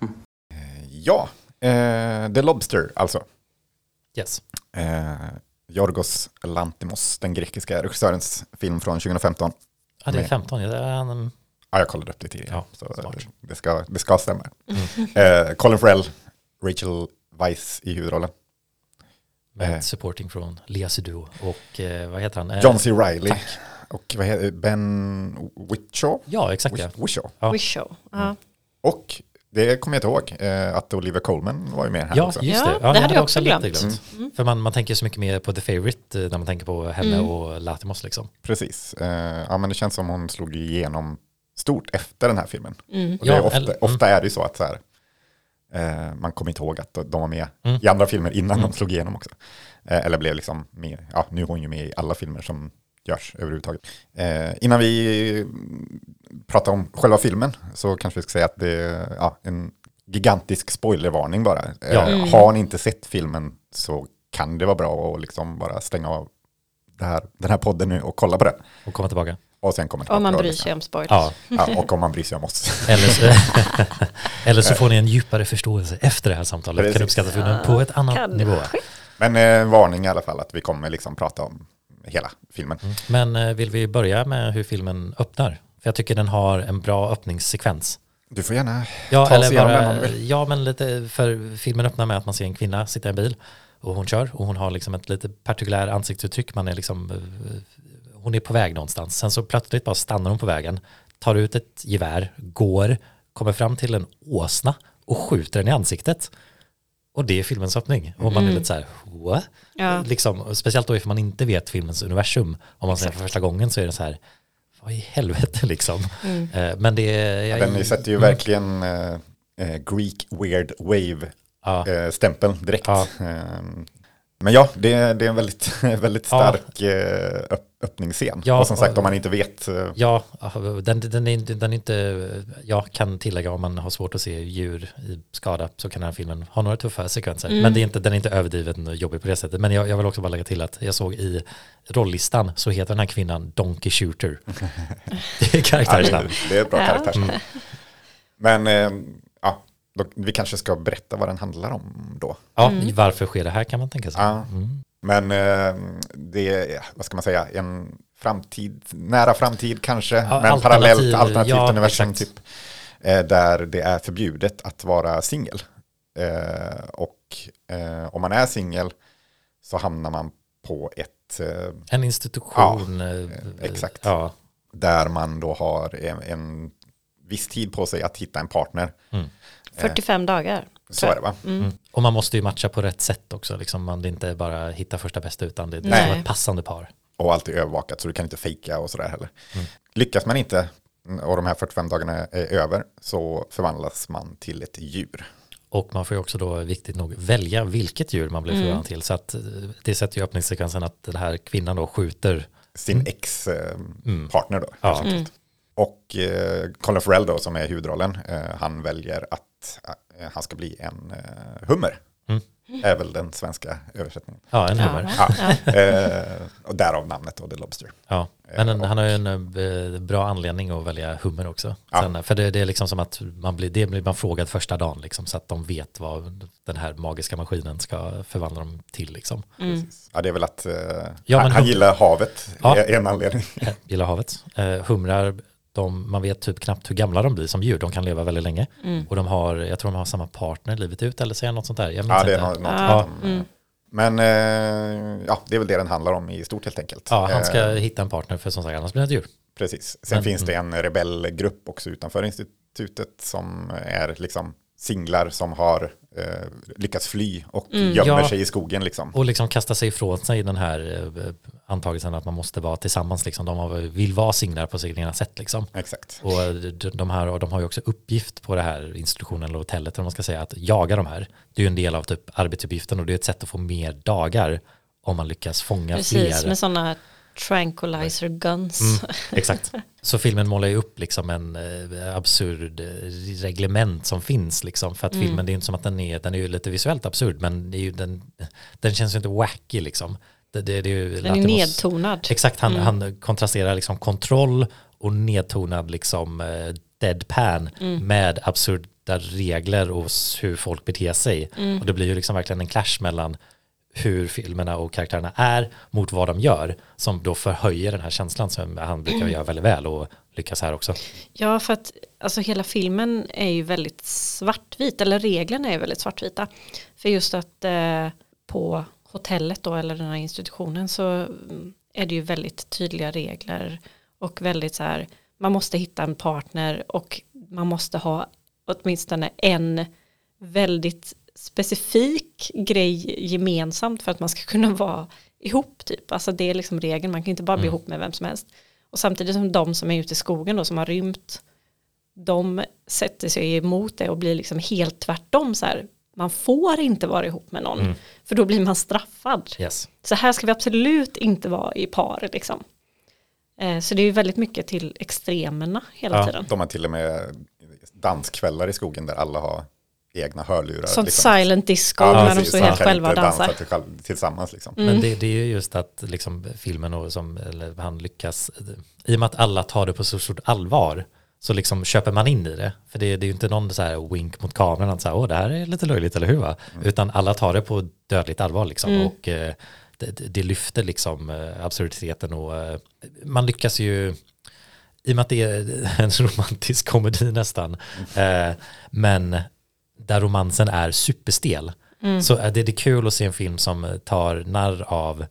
Ja, eh, The Lobster alltså. Yes. Eh, Yorgos Lanthimos, den grekiska regissörens film från tjugo femton. Ja, det är Med- femton. Ja, det är han, Ja, jag kollade upp det tidigare. Ja, så smart. eh, det ska, det ska stämma. Eh, Colin Farrell, Rachel Weisz i huvudrollen. med Eh. supporting från Lea Seydoux och eh, vad heter han? Eh, John C. Reilly. tack. Och vad heter, Ben Whishaw. Ja, exakt. Ja. Wish- Whishaw. Ja. Wish show. Ja. Och det kommer jag inte ihåg, eh, att Olivia Colman var ju med här Ja, också. just Ja, det. Ja, det hade jag också lite glömt. För man, man tänker så mycket mer på The Favourite eh, när man tänker på henne Mm. och Latimos liksom. Precis. Eh, ja, men det känns som hon slog igenom stort efter den här filmen. Mm. Och det är Ja, ofta, eller- ofta är det ju så att så här, eh, man kommer inte ihåg att de var med Mm. i andra filmer innan de slog igenom också. Eh, eller blev liksom med, ja, nu är hon ju med i alla filmer som görs överhuvudtaget. Eh, innan vi pratar om själva filmen så kanske vi ska säga att det är ja, en gigantisk spoilervarning bara. Eh, Ja. Mm. Har ni inte sett filmen så kan det vara bra att liksom bara stänga av det här, den här podden nu och kolla på den. Och komma tillbaka. Och sen kommer Om man tillbaka bryr och sig om spoilers. Ja. Ja, och om man bryr sig om oss. Eller så, eller så får ni en djupare förståelse efter det här samtalet. Precis. Kan uppskatta filmen på ett annat Kan nivå. ske. Men eh, varning i alla fall att vi kommer liksom prata om hela filmen. Men eh, vill vi börja med hur filmen öppnar? För jag tycker den har en bra öppningssekvens. Du får gärna Ja, ta oss eller igenom bara, den om du vill. ja, men lite, för filmen öppnar med att man ser en kvinna sitta i en bil och hon kör och hon har liksom ett lite partikulär ansiktsuttryck. Man är liksom, eh, hon är på väg någonstans. Sen så plötsligt bara stannar hon på vägen, tar ut ett gevär, går, kommer fram till en åsna och skjuter den i ansiktet. Och det är filmens öppning. Och man är lite så här, what? Ja. Liksom, speciellt då ifall man inte vet filmens universum. Om man ser den för första gången så är det så här, vad i helvete liksom. Eh, Men det är... Den sätter ju verkligen eh, eh, Greek Weird Ja. Wave-stämpeln direkt. Ja. Ehm, men ja, det, är- det är en väldigt, väldigt Ja. stark eh, öpp, öppningsscen. Ja, och som sagt, och- om man inte vet... eh, Ja, den, den, är, inte- den är inte, jag kan tillägga om man har svårt att se djur i skada så kan den här filmen ha några tuffa sekvenser. Men det är inte, den är inte överdrivet jobbig på det sättet. Men jag, jag vill också bara lägga till att jag såg i rolllistan så heter den här kvinnan Donkey Shooter. Det är ja, karaktärsnamn. det, det är ett bra Ja. karaktärsnamn. Men eh, ja, då, vi kanske ska berätta vad den handlar om då. Ja, varför sker det här kan man tänka sig. Ja. Men eh, det är, vad ska man säga, en framtid, nära framtid kanske, men alternativ, parallellt alternativt ja, universum exakt. typ, eh, där det är förbjudet att vara singel. Eh, och eh, om man är singel så hamnar man på ett, eh, En institution. eh, exakt. Ja, där man då har en, en viss tid på sig att hitta en partner. fyrtiofem dagar. Så är det va? mm. Och man måste ju matcha på rätt sätt också. Liksom man inte bara hitta första bästa utan det, det ska Nej. vara ett passande par. Och allt är övervakat så du kan inte fejka och sådär heller. Mm. Lyckas man inte och de här fyrtiofem dagarna är över så förvandlas man till ett djur. Och man får ju också då viktigt nog välja vilket djur man blir Mm. förvandlad till. Så att det sätter ju öppningssekvensen att den här kvinnan då skjuter. Sin Mm. ex-partner då. Ja. Mm. Och eh, Colin Farrell då som är huvudrollen, eh, han väljer att eh, han ska bli en eh, hummer. Mm. Är väl den svenska översättningen. Ja, en Ja. hummer. Ja. eh, och därav namnet då, The Lobster. Ja, men en, och- han har ju en eh, bra anledning att välja hummer också. Ja. Sen, för det, det är liksom som att man blir, det blir man frågad första dagen liksom, så att de vet vad den här magiska maskinen ska förvandla dem till. Liksom. Mm. Ja, det är väl att eh, Ja, han, men han hum- gillar havet, Ja. är en anledning. Jag gillar havet. Eh, humrar, de, man vet typ knappt hur gamla de blir som djur. De kan leva väldigt länge. Mm. Och de har, jag tror de har samma partner livet ut eller säger något sånt där. Jag minns Ja, det är inte. något, något Ja, om, mm. Men eh, ja, det är väl det den handlar om i stort helt enkelt. Ja, han ska Eh, hitta en partner för som sagt annars blir det ett djur. Precis. Sen Men- finns det en rebellgrupp också utanför institutet som är liksom singlar som har eh, lyckats fly och Mm. gömmer Ja. sig i skogen liksom. Och liksom kasta sig ifrån sig den här eh, antagelsen att man måste vara tillsammans. Liksom. De har, vill vara singlar på sitt egna sätt. Liksom. Exakt. Och de, de, här, och de har ju också uppgift på det här institutionen eller hotellet, eller vad man ska säga, att jaga de här. Det är ju en del av typ arbetsuppgiften och det är ett sätt att få mer dagar om man lyckas fånga Precis, fler. med sådana tranquilizer guns. Mm, exakt. Så filmen målar ju upp liksom en eh, absurd eh, reglement som finns liksom, för att Mm. filmen, det är inte som att den är, den är ju lite visuellt absurd, men det är ju den, den känns ju inte wacky liksom. Det, det, det är ju, Den är nedtonad. Exakt, han, Mm. han kontrasterar liksom kontroll och nedtonad liksom eh, deadpan Mm. med absurda regler och s- hur folk beter sig. Mm. Och det blir ju liksom verkligen en clash mellan hur filmerna och karaktärerna är mot vad de gör, som då förhöjer den här känslan som han brukar göra väldigt väl och lyckas här också. Ja, för att alltså, hela filmen är ju väldigt svartvit, eller reglerna är ju väldigt svartvita. För just att eh, på hotellet då, eller den här institutionen, så mm, är det ju väldigt tydliga regler och väldigt så här, man måste hitta en partner och man måste ha åtminstone en väldigt specifik grej gemensamt för att man ska kunna vara ihop typ. Alltså det är liksom regeln, man kan inte bara bli Mm. ihop med vem som helst. Och samtidigt som de som är ute i skogen då, som har rymt, de sätter sig emot det och blir liksom helt tvärtom så här. Man får inte vara ihop med någon, Mm. för då blir man straffad. Yes. Så här ska vi absolut inte vara i par liksom. Eh, så det är ju väldigt mycket till extremerna hela Ja. tiden. De har till och med danskvällar i skogen där alla har egna hörlurar. Sånt liksom. silent disco Ja, när de precis. står Man helt kan själva och inte dansa dansar. till, själv- tillsammans liksom. Mm. Men det, det är ju just att liksom filmen och som, eller han lyckas, i och med att alla tar det på så stort allvar, så liksom köper man in i det. För det, det är ju inte någon så här wink mot kameran att säga, åh det här är lite löjligt, eller hur va? Mm. Utan alla tar det på dödligt allvar liksom. Mm. Och eh, det, det lyfter liksom eh, absurditeten och eh, man lyckas ju, i och med att det är en romantisk komedi nästan, eh, men där romansen är superstel, Mm. så är det, det är kul att se en film som tar narr av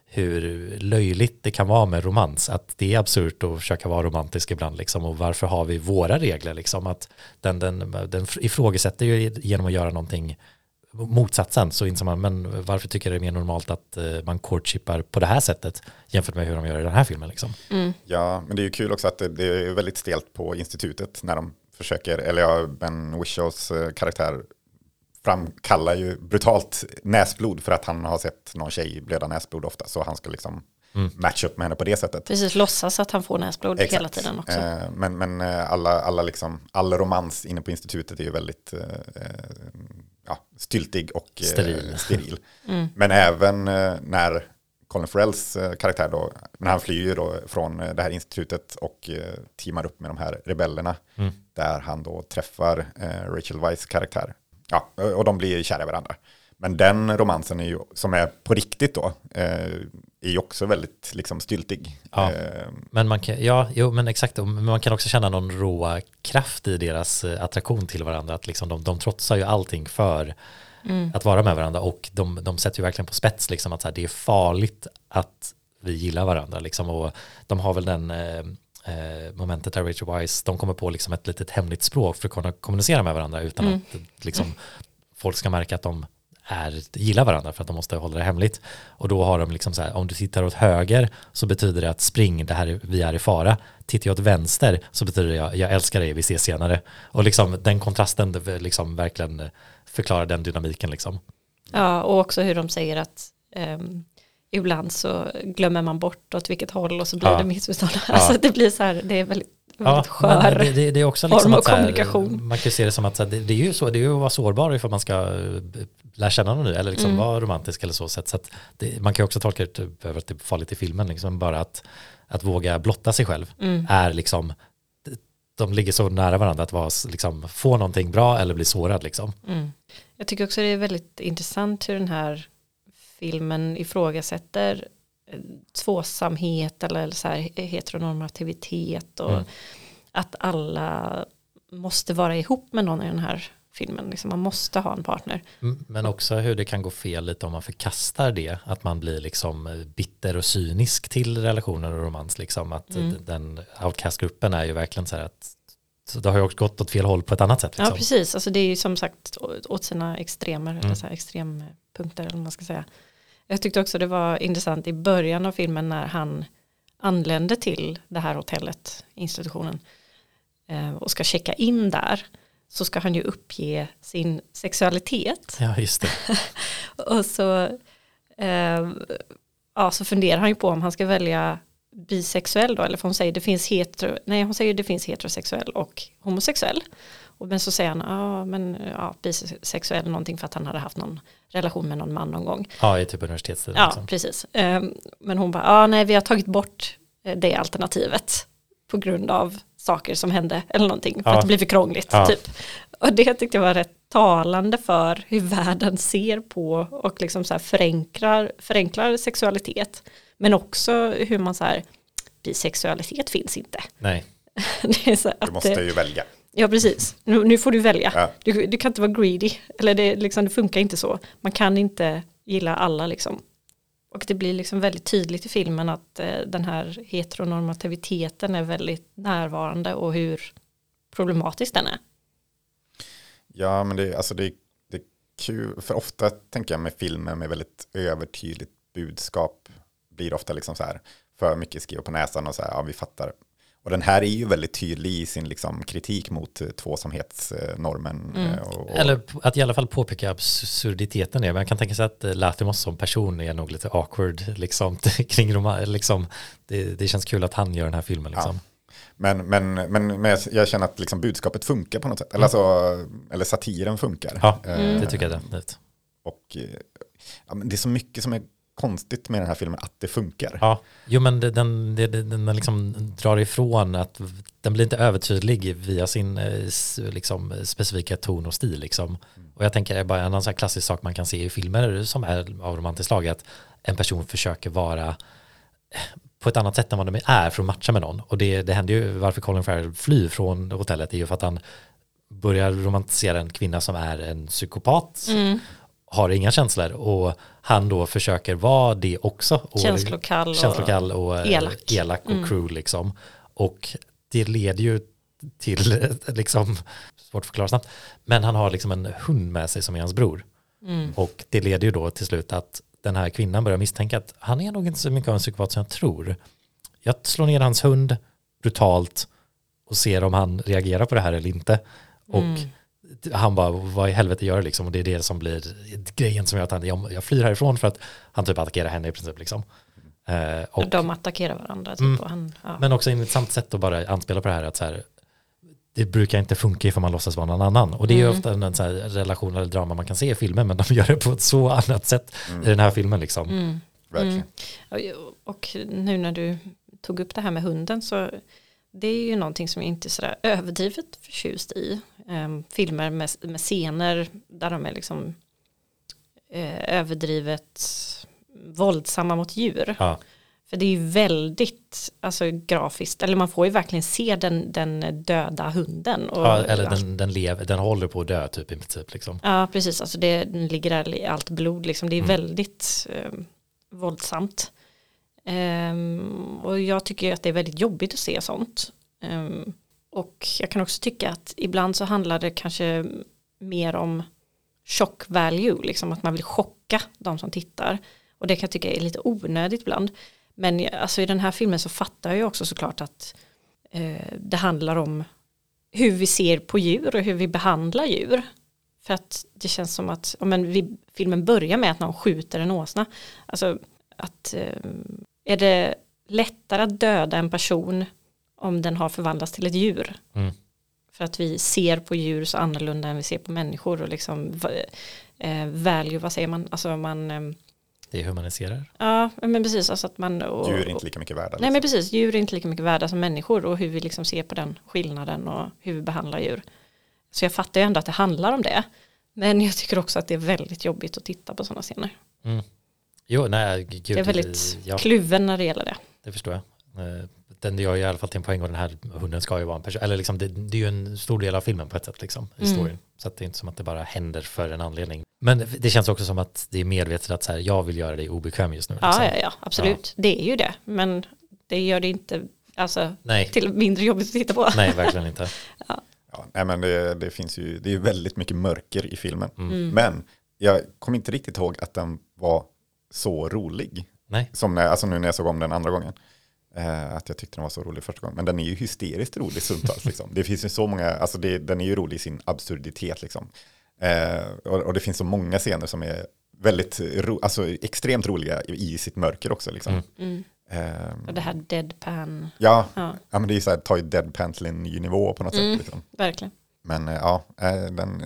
hur löjligt det kan vara med romans, att det är absurt att försöka vara romantisk ibland liksom, och varför har vi våra regler liksom, att den, den, den ifrågasätter ju genom att göra någonting motsatsen, så inser man, men varför tycker jag det är mer normalt att eh, man courtshippar på det här sättet jämfört med hur de gör i den här filmen liksom. Mm. Ja, men det är ju kul också att det, det är väldigt stelt på institutet när de försöker, eller ja, Ben Whishaws eh, karaktär framkallar ju brutalt näsblod för att han har sett någon tjej blöda näsblod ofta, så han ska liksom Mm. matcha upp med henne på det sättet. Precis, låtsas att han får näsblod Exakt. hela tiden också. Eh, men men eh, alla, alla, liksom, all romans inne på institutet är ju väldigt eh, eh, ja, styltig och eh, Steril. steril. Mm. Men även eh, när Colin Farrells eh, karaktär då, men han flyr ju då från eh, det här institutet och eh, teamar upp med de här rebellerna, Mm. där han då träffar eh, Rachel Weisz karaktär. Ja, och de blir kära i varandra. Men den romansen är ju, som är på riktigt då, eh, är ju också väldigt liksom styltig. Ja. Eh, Men man kan, ja, jo, men exakt, men man kan också känna någon råa kraft i deras eh, attraktion till varandra, att liksom de, de trotsar ju allting för Mm. att vara med varandra, och de, de sätter ju verkligen på spets liksom, att så här, det är farligt att vi gillar varandra liksom, och de har väl den eh, eh, momentet där Rachel Weisz, de kommer på liksom ett litet hemligt språk för att kunna kommunicera med varandra utan Mm. att liksom, folk ska märka att de är, gillar varandra för att de måste hålla det hemligt. Och då har de liksom så här, om du tittar åt höger så betyder det att spring, det här är, vi är i fara. Tittar jag åt vänster så betyder det jag, jag älskar dig, vi ses senare. Och liksom den kontrasten liksom verkligen förklarar den dynamiken liksom. Ja, och också hur de säger att um, ibland så glömmer man bort åt vilket håll och så blir ja. det missförstånd. Ja. Alltså det blir så här, det är väldigt, väldigt ja, skör det, det, det är också liksom form av att så här, kommunikation. man kan se det som att så här, det, det är ju så, det är ju att vara sårbar ifall man ska lära känna någon ny eller liksom Mm. vara romantisk eller så. Så att, så att det, man kan ju också tolka det typ, över att det är farligt i filmen, liksom bara att, att våga blotta sig själv Mm. är liksom, de ligger så nära varandra att vara, liksom, få någonting bra eller bli sårad liksom. Mm. Jag tycker också det är väldigt intressant hur den här filmen ifrågasätter tvåsamhet eller så här heteronormativitet och Mm. att alla måste vara ihop med någon i den här filmen. Liksom man måste ha en partner. Mm, men också hur det kan gå fel lite om man förkastar det, att man blir liksom bitter och cynisk till relationer och romans liksom, att Mm. den outcast-gruppen är ju verkligen så här att så det har ju också gått åt fel håll på ett annat sätt liksom. Ja, precis. Alltså det är ju som sagt åt sina extremer Mm. eller så här extrempunkter eller vad man ska säga. Jag tyckte också det var intressant i början av filmen när han anlände till det här hotellet, institutionen, eh, och ska checka in där, så ska han ju uppge sin sexualitet. Ja, just det. Och så, eh, ja, så funderar han ju på om han ska välja bisexuell då, eller för hon säger det finns hetero, nej hon säger det finns heterosexuell och homosexuell. Och men så säger han, ja men ja, bisexuell någonting för att han hade haft någon relation med någon man någon gång. Ja, i typ universitetstiden. Ja, liksom. precis. Um, men hon bara, ja nej vi har tagit bort det alternativet på grund av saker som hände eller någonting för Ja. att det blir för krångligt Ja. typ. Och det tyckte jag var rätt talande för hur världen ser på och liksom så här förenklar, förenklar sexualitet. Men också hur man så här, bisexualitet finns inte. Nej. Det är så Du att måste det, ju välja. ja, precis. Nu, nu får du välja. Ja. Du, du kan inte vara greedy. Eller det, liksom, det funkar inte så. Man kan inte gilla alla liksom. Och det blir liksom väldigt tydligt i filmen att eh, den här heteronormativiteten är väldigt närvarande och hur problematisk den är. Ja, men det, alltså det, det är kul. För ofta tänker jag med filmer med väldigt övertydligt budskap blir ofta liksom så här för mycket skriva på näsan och så här, ja vi fattar. Och den här är ju väldigt tydlig i sin liksom kritik mot tvåsamhetsnormen. Mm. Och, och, Eller att i alla fall påpeka absurditeten är. Men jag kan tänka sig att Latimos som person är nog lite awkward liksom, kring Roma. Liksom, det, det känns kul att han gör den här filmen. Liksom. Ja. Men, men, men, men jag, jag känner att liksom budskapet funkar på något sätt. Eller, alltså, eller satiren funkar. Ja, Eh, det tycker jag definitivt. Och eh, ja, men det är så mycket som är konstigt med den här filmen att det funkar. Ja, jo men det, den, det, den den liksom drar ifrån att den blir inte övertydlig via sin eh, s- liksom, specifika ton och stil. Liksom. Och jag tänker bara en annan så här klassisk sak man kan se i filmer som är av romantiskt slag är att en person försöker vara på ett annat sätt än vad de är för att matcha med någon. Och det, det händer ju, varför Colin Farrell flyr från hotellet är ju för att han börjar romantisera en kvinna som är en psykopat, Mm. har inga känslor och han då försöker vara det också. Och Känslokall och känslokall och eh, elak. elak och Mm. cruel liksom. Och det leder ju till eh, liksom, svårt att förklara snabbt, men han har liksom en hund med sig som är hans bror. Mm. Och det leder ju då till slut att den här kvinnan börjar misstänka att han är nog inte så mycket av en psykopat som jag tror. Jag slår ner hans hund brutalt och ser om han reagerar på det här eller inte. Och Mm. han bara, vad i helvete gör det liksom? Och det är det som blir grejen som gör att han, jag, jag flyr härifrån för att han typ attackerar henne i princip liksom. Eh, och, De attackerar varandra. Typ, Mm. och han, ja. men också ett sant sätt att bara anspela på det här att så här, det brukar inte funka ifall man låtsas vara någon annan. Och det är ju Mm. ofta en så här relation eller drama man kan se i filmen, men de gör det på ett så annat sätt Mm. i den här filmen liksom. Mm. Verkligen. Och- Och nu när du tog upp det här med hunden så det är ju någonting som jag inte är sådär överdrivet förtjust i. Um, filmer med, med scener där de är liksom eh, överdrivet våldsamma mot djur. Ja. För det är ju väldigt alltså, grafiskt, eller man får ju verkligen se den, den döda hunden. Och Ja, eller allt. den, den, lever, den håller på att dö typ i princip liksom. Ja, precis. Alltså det, den ligger där i allt blod. Liksom. Det är Mm. väldigt eh, våldsamt. Ehm, och jag tycker att det är väldigt jobbigt att se sånt. Ehm, och jag kan också tycka att ibland så handlar det kanske mer om shock value, liksom att man vill chocka de som tittar. Och det kan jag tycka är lite onödigt ibland. Men alltså, i den här filmen så fattar jag också såklart att eh, det handlar om hur vi ser på djur och hur vi behandlar djur. För att det känns som att ja, men vi, filmen börjar med att någon skjuter en åsna. Alltså att eh, är det lättare att döda en person om den har förvandlats till ett djur? Mm. För att vi ser på djur så annorlunda än vi ser på människor och liksom eh, value, vad säger man? Alltså man eh, Det humaniserar. ja, men precis, alltså att man och, Djur är inte lika mycket värda. Liksom. nej men precis, djur är inte lika mycket värda som människor och hur vi liksom ser på den skillnaden och hur vi behandlar djur. Så jag fattar ju ändå att det handlar om det. Men jag tycker också att det är väldigt jobbigt att titta på sådana scener. Mm. Jo, nej, gud. Jag är väldigt ja, kluven när det gäller det. det förstår jag. Den gör ju i alla fall till en poäng och den här hunden ska ju vara en person. Eller liksom, det, det är ju en stor del av filmen på ett sätt liksom, i storyn. Mm. Så att det är inte som att det bara händer för en anledning. Men det känns också som att det är medvetet att så här, jag vill göra dig obekväm just nu. Liksom. Ja, ja, ja, absolut. Ja. Det är ju det. Men det gör det inte alltså, nej. till mindre jobbigt att titta på. Nej, verkligen inte. ja. Ja, nej, men det, det finns ju, det är väldigt mycket mörker i filmen. Mm. Men jag kommer inte riktigt ihåg att den var så rolig. Nej. Som när, alltså nu när jag såg om den andra gången. Eh, att jag tyckte den var så rolig första gången. Men den är ju hysteriskt rolig stundtals. Liksom. Det finns ju så många, alltså det, den är ju rolig i sin absurditet. Liksom. Eh, och, och det finns så många scener som är väldigt, ro, alltså extremt roliga i, i sitt mörker också. Liksom. Mm. Mm. Eh, och det här deadpan. ja, ja. ja, men det är så här, tar ju deadpan till en ny nivå på något mm, sätt. Liksom. Verkligen. Men eh, ja, eh, den...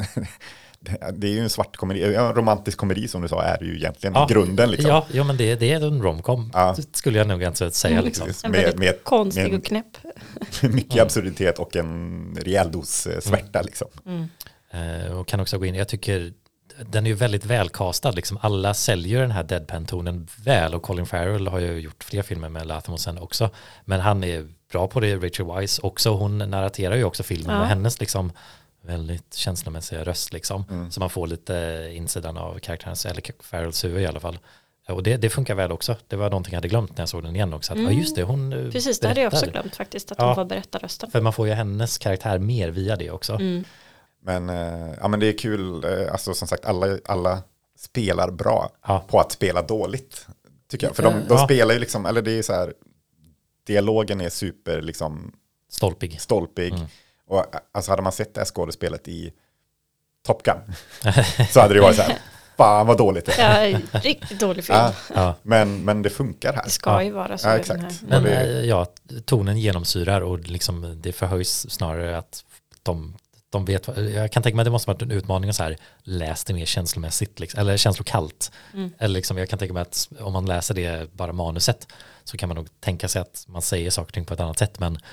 Det är ju en svart komedi, en romantisk komedi som du sa är ju egentligen ja, grunden. Liksom. Ja, ja, men det, det är en romcom, ja. skulle jag nog inte säga. Mm, liksom. en väldigt med, med, konstig med, och knäpp. Mycket mm. absurditet och en rejäl dos svärta. Mm. Liksom. Mm. Uh, och kan också gå in, jag tycker den är ju väldigt välkastad. Liksom. Alla säljer den här deadpan-tonen väl och Colin Farrell har ju gjort fler filmer med Latham och sen också. Men han är bra på det, Rachel Weisz också. Hon narraterar ju också filmen ja. med hennes liksom väldigt känslomässiga röst liksom. Mm. Så man får lite insidan av karaktärens, eller Farrells huvud i alla fall. Och det, det funkar väl också. Det var någonting jag hade glömt när jag såg den igen också. Att, mm. ja just det, hon precis, det hade jag också glömt faktiskt. Att ja, hon var berättarrösten. För man får ju hennes karaktär mer via det också. Mm. Men, eh, ja, men det är kul, eh, alltså som sagt alla, alla spelar bra ja. på att spela dåligt. Tycker jag. För de, de ja. spelar ju liksom, eller det är så här, dialogen är super liksom stolpig. Stolpig. Mm. Och alltså hade man sett det här skådespelet i Top Gun så hade det varit så här, fan vad dåligt det är. Ja, riktigt dålig film. Ja, ja. Men, men det funkar här. Det ska ju vara så. Ja, exakt. Men det... ja, tonen genomsyrar och liksom det förhöjs snarare att de, de vet, jag kan tänka mig att det måste vara en utmaning att så här, läs det mer känslomässigt, liksom, eller känslokallt. Mm. Eller liksom, jag kan tänka mig att om man läser det bara manuset så kan man nog tänka sig att man säger saker och ting på ett annat sätt, men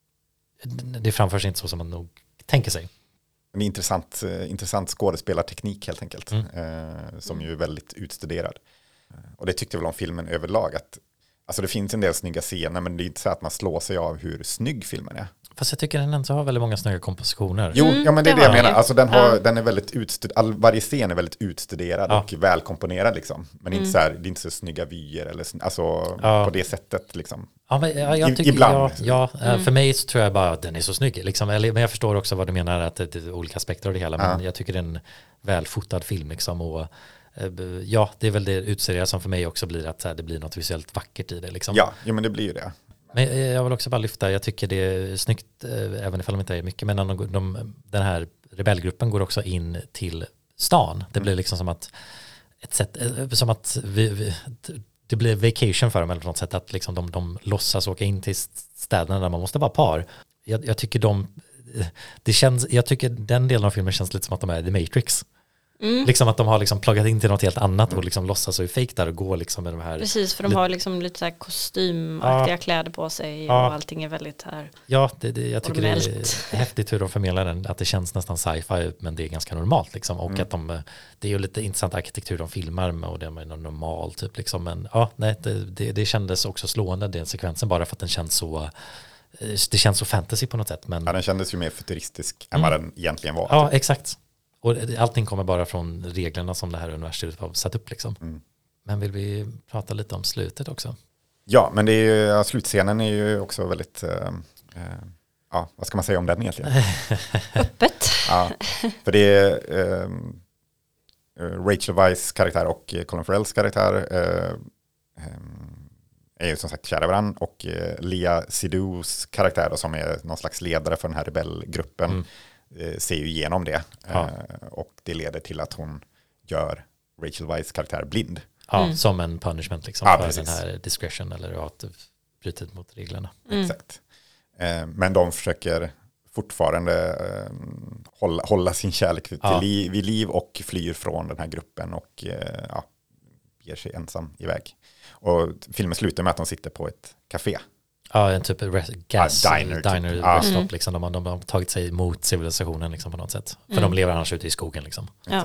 det framförs inte så som man nog tänker sig. En intressant, intressant skådespelarteknik helt enkelt. Mm. Eh, som ju är väldigt utstuderad. Och det tyckte jag väl om filmen överlag. Att, alltså det finns en del snygga scener men det är inte så att man slår sig av hur snygg filmen är. Fast jag tycker den ändå har väldigt många snygga kompositioner. Jo, mm, ja, men det är det, det jag menar. Jag. Alltså, den, har, ja. den är väldigt utstuderad. Varje scen är väldigt utstuderad ja. och välkomponerad. Liksom. Men mm. inte så här, det är inte så snygga vyer eller, alltså, ja. på det sättet. Liksom. Ja, men jag, jag tycker, ibland. Ja, ja mm. För mig så tror jag bara att den är så snygg. Liksom. Men jag förstår också vad du menar, att det är olika aspekter av det hela. Men ja. jag tycker det är en välfotad film. Liksom, och ja, det är väl det utstuderade som för mig också blir att det blir något visuellt vackert i det. Liksom. Ja, ja, men det blir ju det. Men jag vill också bara lyfta, jag tycker det är snyggt, även ifall de inte är mycket, men de, de, den här rebellgruppen går också in till stan. Det blir liksom som att ett sätt, som att vi, vi, det blir vacation för dem eller på något sätt, att liksom de, de låtsas åka in till städerna där man måste vara par. Jag, jag tycker de, det känns, jag tycker den delen av filmen känns lite som att de är The Matrix. Mm. Liksom att de har liksom pluggat in till något helt annat och liksom låtsas och är fake där och går liksom med de här. Precis, för de har liksom lite så här kostymaktiga ja. kläder på sig och ja. allting är väldigt här. Ja, det, det, jag tycker ormelt. Det är häftigt hur de förmedlar den, att det känns nästan sci-fi men det är ganska normalt liksom. Och mm. att de, det är ju lite intressant arkitektur de filmar med och det är normal typ liksom. Men ja, nej, det, det, det kändes också slående den sekvensen bara för att den känns så, det känns så fantasy på något sätt. Men ja, den kändes ju mer futuristisk mm. än vad den egentligen var. Ja, exakt. Och allting kommer bara från reglerna som det här universitetet har satt upp liksom. Mm. Men vill vi prata lite om slutet också? Ja, men det är ju, ja, slutscenen är ju också väldigt, eh, eh, ja, vad ska man säga om den egentligen? Öppet. Ja, för det är, eh, Rachel Weisz karaktär och Colin Farrells karaktär eh, är ju som sagt kära varandra, och eh, Lea Seydoux karaktär då, som är någon slags ledare för den här rebellgruppen mm. eh, ser ju igenom det. Ja. Eh, och det leder till att hon gör Rachel Weisz karaktär blind. Ja, mm. som en punishment liksom, ja, för precis. den här discretion eller att bryta mot reglerna. Mm. Exakt. Eh, men de försöker fortfarande eh, hålla, hålla sin kärlek till ja. liv, vid liv och flyr från den här gruppen och eh, ja, ger sig ensam iväg. Och filmen slutar med att de sitter på ett café. Ja, en typ res- gas ja, diner, diner typ. reststop, Mm. liksom. de, har, de har tagit sig mot civilisationen liksom, på något sätt. För Mm. de lever annars ute i skogen liksom. Ja.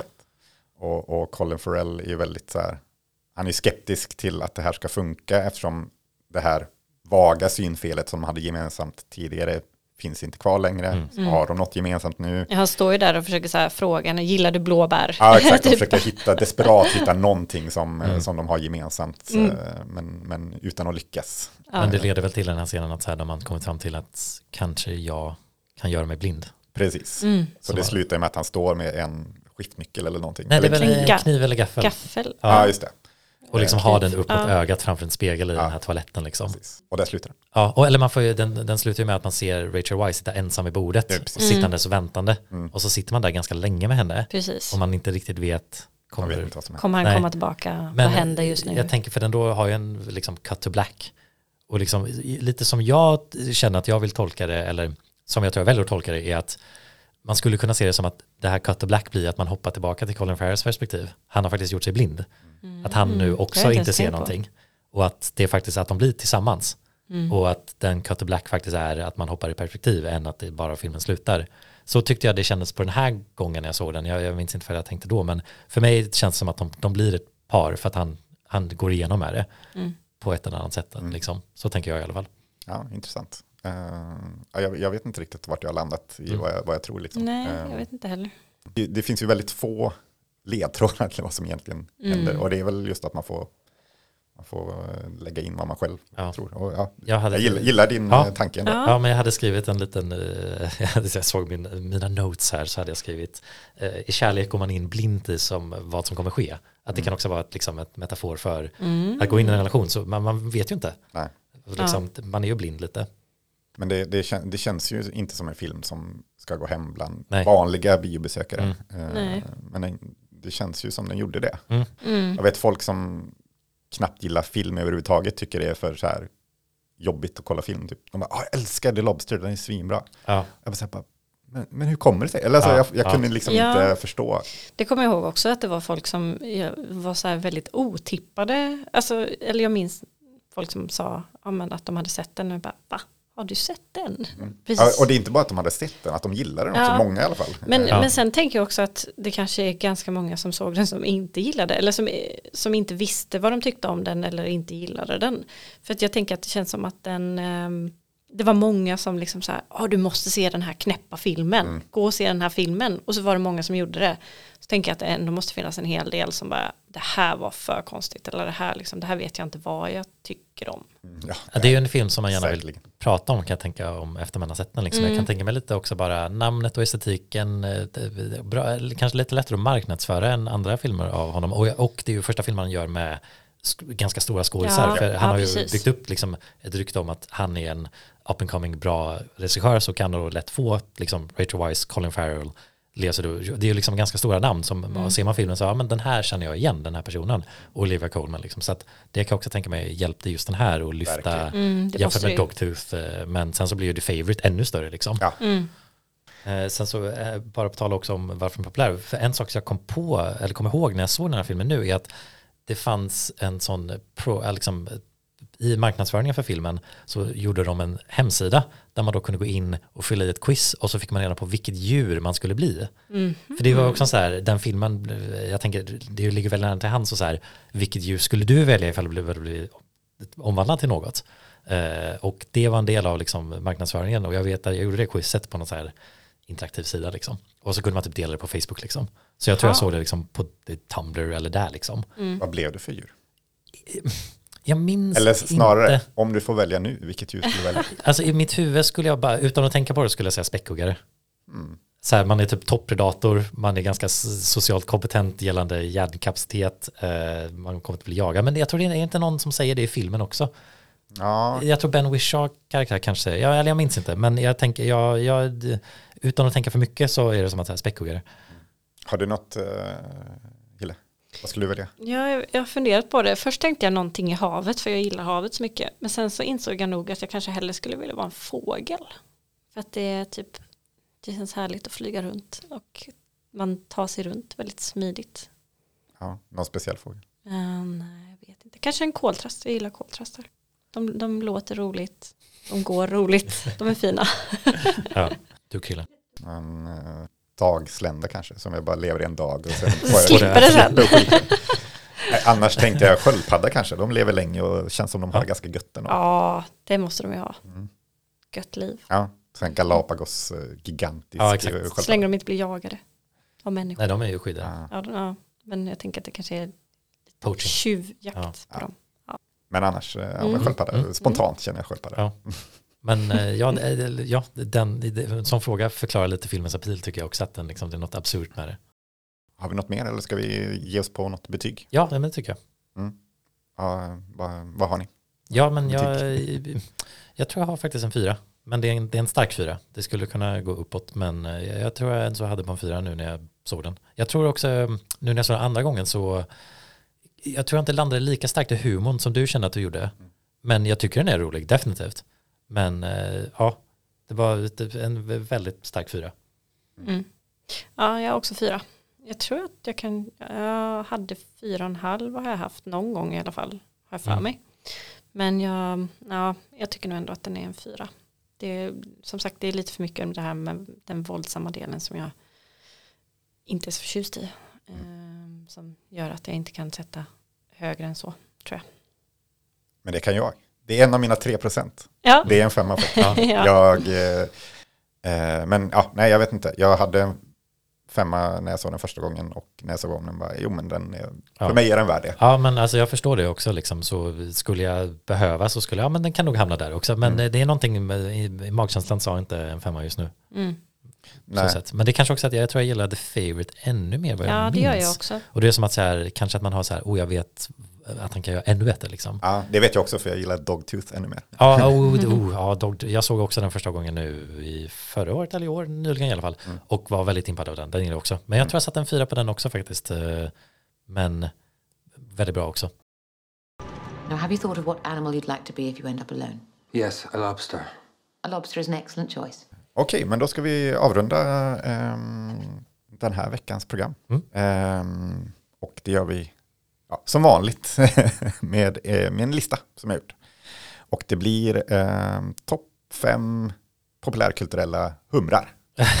Och, och Colin Farrell är väldigt så här, han är skeptisk till att det här ska funka, eftersom det här vaga synfelet som de hade gemensamt tidigare finns inte kvar längre. Mm. Så har de något gemensamt nu. Ja, han står ju där och försöker så här, fråga, gillar du blåbär? Ja, exakt. De Typ. försöker hitta, desperat hitta någonting som, Mm. som de har gemensamt, Mm. men, men utan att lyckas. Ja. Men det leder väl till den här scenen att så här, där man kommer fram till att kanske jag kan göra mig blind. Precis. Mm. Så Så det var- slutar med att han står med en skiftnyckel eller någonting. Nej, det är eller väl En en ga- kniv eller gaffel. Gaffel. Ja, Ja, just det. och liksom ha den upp mot Ja. ögat framför en spegel i Ja. den här toaletten liksom. Precis. Och där slutar den. Ja, och, eller man får ju, den, den slutar ju med att man ser Rachel Weisz sitta ensam vid bordet, Ja, precis. och sittandes och väntande. Mm. Och så sitter man där ganska länge med henne. Precis. Och man inte riktigt vet, Jag kommer, vet inte vad som händer. Kommer han Nej. komma tillbaka? Men Vad händer just nu? Jag tänker, för den då har ju en liksom cut to black. Och liksom, i- lite som jag känner att jag vill tolka det, eller som jag tror jag väljer att tolka det, är att man skulle kunna se det som att det här cut to black blir att man hoppar tillbaka till Colin Farrells perspektiv. Han har faktiskt gjort sig blind. Mm. Att han nu Det har också jag inte inte ens ser tänkt på. någonting. Och att det är faktiskt att de blir tillsammans. Mm. Och att den cut to black faktiskt är att man hoppar i perspektiv än att det bara filmen slutar. Så tyckte jag det kändes på den här gången när jag såg den. Jag, jag minns inte vad jag tänkte då, men för mig känns det som att de, de blir ett par för att han, han går igenom med det Mm. på ett eller annat sätt. Mm. Liksom. Så tänker jag i alla fall. Ja, intressant. Uh, ja, jag, jag vet inte riktigt vart jag har landat i Mm. vad, jag, vad jag tror. Liksom. Nej, Eh, jag vet inte heller. det, det finns ju väldigt få ledtrådar till vad som egentligen Mm. händer. Och det är väl just att man får, man får eh, lägga in vad man själv Ja. tror. Och, ja, Jag, hade, jag gillar, gillar din Ja. eh, tanke ändå. Ja. Ja, men jag hade skrivit en liten, eh, jag hade- jag såg min, mina notes här, så hade jag skrivit eh, i kärlek går man in blint i som vad som kommer ske. Att det Mm. kan också vara ett, liksom, ett metafor för Mm. att gå in i en relation, så man, man vet ju inte. Nej. Liksom, Man är ju blind lite. Men det, det, kän, det känns ju inte som en film som ska gå hem bland Nej. vanliga biobesökare. Mm. Eh, Nej. Men den, det känns ju som den gjorde det. Mm. Jag vet folk som knappt gillar film överhuvudtaget tycker det är för så här jobbigt att kolla film. Typ. De bara, ah, jag älskar The Lobster, den är svinbra. Ja. Jag bara, så här, bara men, men hur kommer det sig? Eller alltså, Ja, jag, jag ja. kunde liksom Ja. inte förstå. Det kommer jag ihåg också, att det var folk som ja, var så här väldigt otippade. Alltså, eller jag minns folk som sa ja, men att de hade sett den och bara, va? Har du sett den? Mm. Precis. Ja, och det är inte bara att de hade sett den, att de gillade den också, Ja. många i alla fall. Men, Eh, Ja. men sen tänker jag också att det kanske är ganska många som såg den som inte gillade, eller som, som inte visste vad de tyckte om den eller inte gillade den. För att jag tänker att det känns som att den, ehm, det var många som liksom så här, ah, du måste se den här knäppa filmen, Mm. gå och se den här filmen. Och så var det många som gjorde det. Så tänker jag att det ändå måste finnas en hel del som bara, det här var för konstigt, eller det här, liksom, det här vet jag inte vad jag tycker om. ja, Ja, det är ju en film som man gärna vill säkerligen. prata om, kan jag tänka, om efter man har sett den. Liksom. Mm. Jag kan tänka mig lite också bara namnet och estetiken, eh, det- bra, eller kanske lite lättare att marknadsföra än andra filmer av honom. Och, och det är ju första filmen han gör med sk- ganska stora skådisar. Ja, för ja, han har ju precis. byggt upp liksom, ett rykte om att han är en up and coming bra regissör, så kan då lätt få liksom, Rachel Weisz, Colin Farrell, Lea Seydoux. Det är ju liksom ganska stora namn som Mm. ser man filmen så ja, men den här känner jag igen, den här personen, och Olivia Colman liksom. Så att det kan jag också tänka mig hjälpte just den här att lyfta Verkligen. Mm, det jämfört måste med ju. Dogtooth, eh, men sen så blir ju The Favourite ännu större liksom. Ja. Mm. Eh, Sen så, eh, bara på tala också om varför den är populär, för en sak som jag kom på, eller kommer ihåg när jag såg den här filmen nu, är att det fanns en sån pro, eh, liksom, i marknadsföringen för filmen så gjorde de en hemsida där man då kunde gå in och fylla i ett quiz, och så fick man reda på vilket djur man skulle bli. Mm. För det var också så här, den filmen, jag tänker, det ligger väl nära till hands, och så här, vilket djur skulle du välja ifall du blev, blev omvandlad till något? Eh, och det var en del av liksom marknadsföringen, och jag vet att jag gjorde det quizet på någon så här interaktiv sida liksom. Och så kunde man typ dela det på Facebook liksom. Så jag tror Ja. jag såg det liksom på Tumblr eller där liksom. Mm. Vad blev det för djur? Jag minns Eller snarare, inte. om du får välja nu, vilket djur skulle du välja? Alltså i mitt huvud skulle jag bara, utan att tänka på det, skulle jag säga späckhuggare. Mm. så här, man är typ toppredator, man är ganska socialt kompetent gällande hjärnkapacitet, eh, man kommer att bli jagad. Men jag tror det är inte någon som säger det i filmen också. Ja. Jag tror Ben Whishaw karaktär kanske säger, ja, eller jag minns inte, men jag tänker, jag, jag, utan att tänka för mycket så är det som att säga späckhuggare. Har du något, uh, Hille? Vad skulle du välja? Jag, jag har funderat på det. Först tänkte jag någonting i havet, för jag gillar havet så mycket. Men sen så insåg jag nog att jag kanske hellre skulle vilja vara en fågel. För att det är typ, det känns härligt att flyga runt. Och man tar sig runt väldigt smidigt. Ja, någon speciell fågel? Uh, nej, jag vet inte. Kanske en koltrast. Jag gillar koltrastar. De, de låter roligt. De går roligt. De är fina. Ja, du killar. En uh, dagsländer kanske, som jag bara lever i en dag. Och sen får slipper det sen. Nej, annars tänkte jag sköldpadda kanske. De lever länge och känns som de har ja. ganska gött ändå. Ja, det måste de ju ha. Mm. Gött liv. Ja, sen Galapagos uh, gigantisk ja, sköldpadda. Så länge de inte blir jagade av människor. Nej, de är ju skyddade. Ja. Ja, ja, men jag tänker att det kanske är Poaching. Tjuvjakt Ja. på dem. Ja. Men annars, ja, Mm. men sköldpadda. Mm. Spontant känner jag sköldpadda. Ja. Men ja, ja den, en sån fråga förklarar lite filmens appeal tycker jag också, att den, liksom, det är något absurt med det. Har vi något mer eller ska vi ge oss på något betyg? Ja, men det tycker jag. Mm. Ja, vad, vad har ni? Ja, men jag, jag tror jag har faktiskt en fyra. Men det är en, det är en stark fyra. Det skulle kunna gå uppåt, men jag, jag tror jag ändå hade på en fyra nu när jag såg den. Jag tror också, nu när jag såg den andra gången så jag tror jag inte landade lika starkt i humorn som du kände att du gjorde. Mm. Men jag tycker den är rolig, definitivt. Men ja, det var en väldigt stark fyra. Mm. Ja, jag har också fyra. Jag tror att jag kan, jag hade fyra och en halv har jag haft någon gång i alla fall, har jag för mm. mig. Men jag, ja, jag tycker nog ändå att den är en fyra. Det är, som sagt, det är lite för mycket om det här med den våldsamma delen som jag inte är så förtjust i. Mm. Eh, som gör att jag inte kan sätta högre än så, tror jag. Men det kan jag. Det är en av mina tre procent. Ja. Det är en femma. Ja. Ja. Jag, eh, men ja, nej, jag vet inte. Jag hade en femma när jag såg den första gången och när jag såg om den bara, jo men den är, ja. för mig är den värd det. Ja, men alltså jag förstår det också liksom, så skulle jag behöva så skulle jag, ja men den kan nog hamna där också, men mm. det är någonting med, i, i magkänslan sa inte en femma just nu. Mm. Nej. Så men det är kanske också att jag, jag tror jag gillar The Favourite ännu mer vad jag ja, minns. Det gör jag också. Och det är som att så här, kanske att man har så här, oh jag vet att han kan göra ännu bättre liksom. Ja, det vet jag också för jag gillar Dogtooth ännu mer. Ja, oh, oh, ja Dog, jag såg också den första gången nu i förra året eller i år, nyligen i alla fall. Mm. Och var väldigt impad av den, den gillar jag också. Men jag tror jag satt en fyra på den också faktiskt. Men väldigt bra också. Now, have you thought of what animal you'd like to be if you end up alone? Yes, a lobster. A lobster is an excellent choice. Okej, men då ska vi avrunda um, den här veckans program. Mm. Um, och det gör vi ja, som vanligt med, med en lista som jag gjort. Och det blir um, topp fem populärkulturella humrar.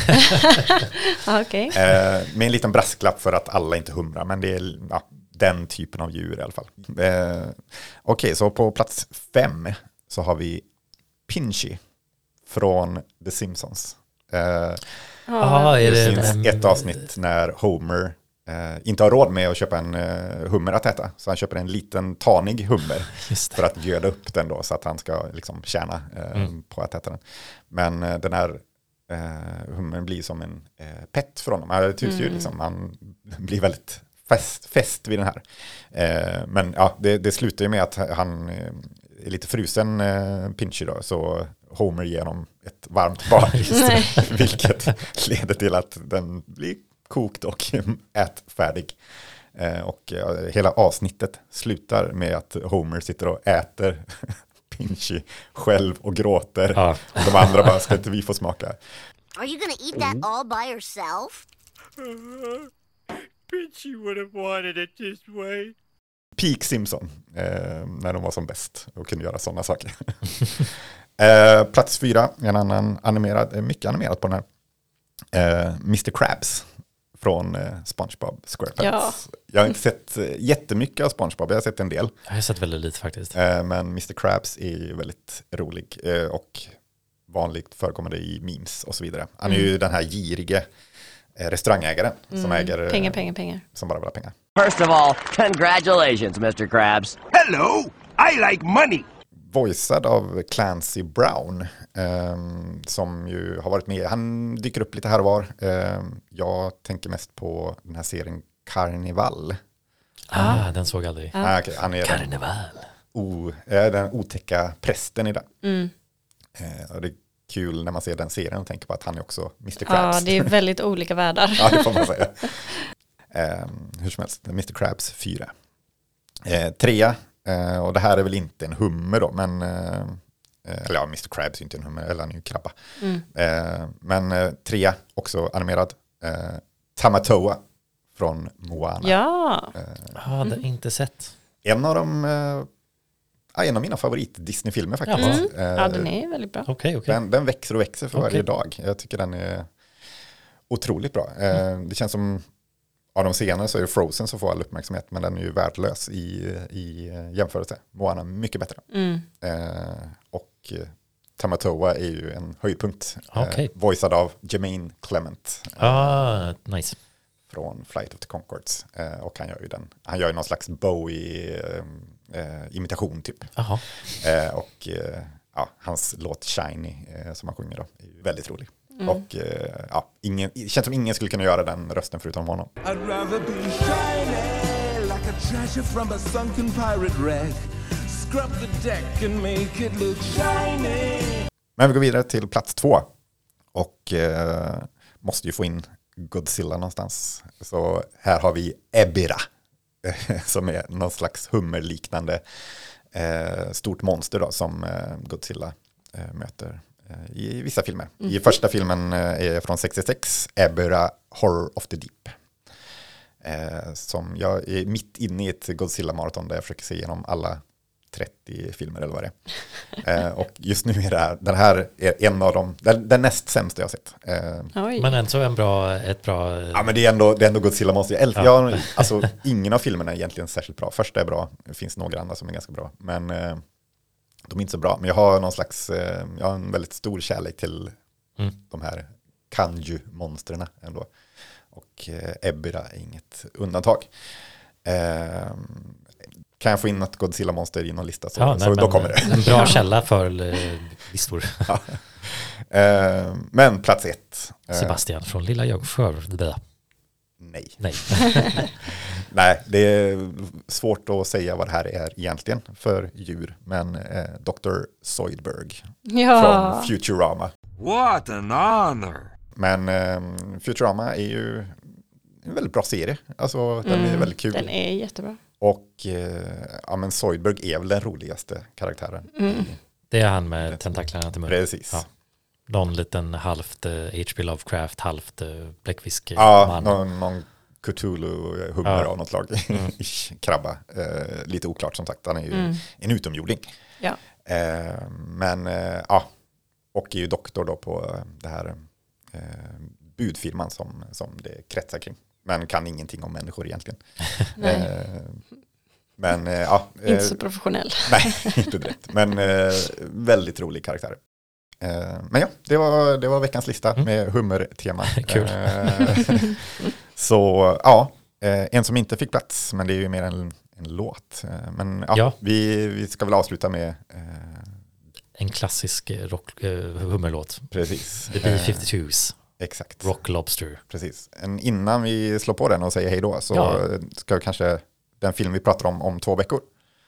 Okay. uh, med en liten brasklapp för att alla inte humrar, men det är ja, den typen av djur i alla fall. Uh, Okej, okay, så på plats fem så har vi Pinchy från The Simpsons. Uh, ah, är det det finns en... ett avsnitt när Homer uh, inte har råd med att köpa en uh, hummer att äta. Så han köper en liten tanig hummer för att göda upp den då så att han ska liksom tjäna uh, mm. på att äta den. Men uh, den här uh, hummern blir som en uh, pet för honom. Uh, tycks ju, liksom, han blir väldigt fäst, fäst vid den här. Uh, men ja, det, det slutar ju med att han uh, är lite frusen uh, Pinchy då, så Homer ger honom ett varmt bad, vilket leder till att den blir kokt och ätfärdig. Eh, och eh, hela avsnittet slutar med att Homer sitter och äter Pinchy själv och gråter. Ja. Och de andra bara, ska inte vi få smaka? Are you gonna eat that all by yourself? Pinchy would have wanted it this way. Peak Simpson, eh, när de var som bäst och kunde göra sådana saker. Eh, plats fyra, en annan animerad, mycket animerat på den här. Eh, mister Krabs från eh, SpongeBob SquarePants. Ja. Jag har inte sett eh, jättemycket av SpongeBob, jag har sett en del. Jag har sett väldigt lite faktiskt. Eh, men mister Krabs är väldigt rolig eh, och vanligt förekommande i memes och så vidare. Han är mm. ju den här girige eh, restaurangägaren mm. som äger... Eh, pengar, pengar, pengar. Som bara vill ha pengar. First of all, congratulations, mister Krabs. Hello, I like money. voicead av Clancy Brown, eh, som ju har varit med. Han dyker upp lite här och var. Eh, jag tänker mest på den här serien Carnival. Ah, den såg aldrig. Ah. Ah, okay. Han är Carnival. Den, o, den otäcka prästen i den. Mm. Eh, och det är kul när man ser den serien och tänker på att han är också mister Krabs. Ja, det är väldigt olika världar. Ja, det får man säga. Eh, hur som helst, mister Krabs fyra. Eh, trea, eh, och det här är väl inte en hummer då, men eh, eller ja, mister Krabs är inte en hummer, eller han är ju krabba. Mm. Eh, men eh, trea, också animerad. Eh, Tamatoa från Moana. Ja. Eh, Ja, det har inte sett. En av de eh, en av mina favorit Disney-filmer faktiskt. Mm. Eh, Ja, den är väldigt bra. Okej, okej. den, den växer och växer för Okej. varje dag. Jag tycker den är otroligt bra. Eh, det känns som, av de senare så är det Frozen som får all uppmärksamhet, men den är ju värdelös i, i jämförelse. Moana är mycket bättre. Mm. Eh, och eh, Tamatoa är ju en höjdpunkt. Okej. Eh, voicead av Jermaine Clement. Eh, Ah, nice. från Flight of the Conchords. Eh, och han gör ju den. Han gör ju någon slags Bowie-imitation typ. Jaha. Eh, och eh, ja, hans låt Shiny eh, som han sjunger då är ju väldigt rolig. Mm. Och eh, ja, ingen, det känns som ingen skulle kunna göra den rösten förutom honom. I'd rather be shiny like a treasure from a sunken pirate wreck. Scrub the deck and make it look shiny. Men vi går vidare till plats två. Och eh, måste ju få in Godzilla någonstans. Så här har vi Ebirah. Som är någon slags hummerliknande eh, stort monster då, som eh, Godzilla eh, möter eh, i vissa filmer. Mm. I första filmen eh, är från sextiosex, Ebirah Horror of the Deep. Eh, som jag är mitt inne i ett Godzilla-maraton där jag försöker se igenom alla trettio filmer eller vad det är. Eh, och just nu är det här, den här är en av de, den, den näst sämsta jag har sett. Eh, men ändå så en bra, ett bra... Ja, men det är ändå, det är ändå Godzilla monster. Jag älskar, Ja. jag, alltså, ingen av filmerna är egentligen särskilt bra. Första är bra, det finns några andra som är ganska bra. Men eh, de är inte så bra. Men jag har någon slags, eh, jag har en väldigt stor kärlek till Mm. de här kanju-monsterna ändå. Och eh, Ebirah är inget undantag. Eh, kan jag få in ett Godzilla-monster i någon lista så, Ja, så nej, då men kommer det. En bra källa för eh, listor. Ja. Eh, men plats ett. Eh, Sebastian från Lilla Jungfrö. Nej. Nej. Nej, det är svårt att säga vad det här är egentligen för djur. Men eh, doktor Zoidberg Ja. från Futurama. What an honor! Men eh, Futurama är ju en väldigt bra serie. Alltså den Mm, är väldigt kul. Den är jättebra. Och eh, ja, men Zoidberg är väl den roligaste karaktären. Mm. Det är han med tentaklarna till munnen. Precis. Ja. Någon liten halvt eh, H P Lovecraft, halvt eh, bläckfisk. Ja, man. någon, någon Cthulhu-hummer Ja. av något slag. Mm. Ish, krabba. Eh, lite oklart som sagt. Han är ju Mm. en utomjording. Ja. Eh, men eh, ja, och är ju doktor då på det här eh, budfirman som, som det kretsar kring. Men kan ingenting om människor egentligen. Nej. Eh, men eh, ja. Inte eh, så professionell. Nej, inte direkt. Men eh, väldigt rolig karaktär. Eh, men ja, det var, det var veckans lista Mm. med hummertema. Kul. Eh, så ja, eh, en som inte fick plats, men det är ju mer en, en låt. Eh, men ja, Ja. Vi, vi ska väl avsluta med eh, En klassisk rock, eh, hummerlåt. precis. The B fifty-twos. Exakt. Rock Lobster. Precis. En, innan vi slår på den och säger hej då så Ja. ska vi kanske den film vi pratar om om två veckor.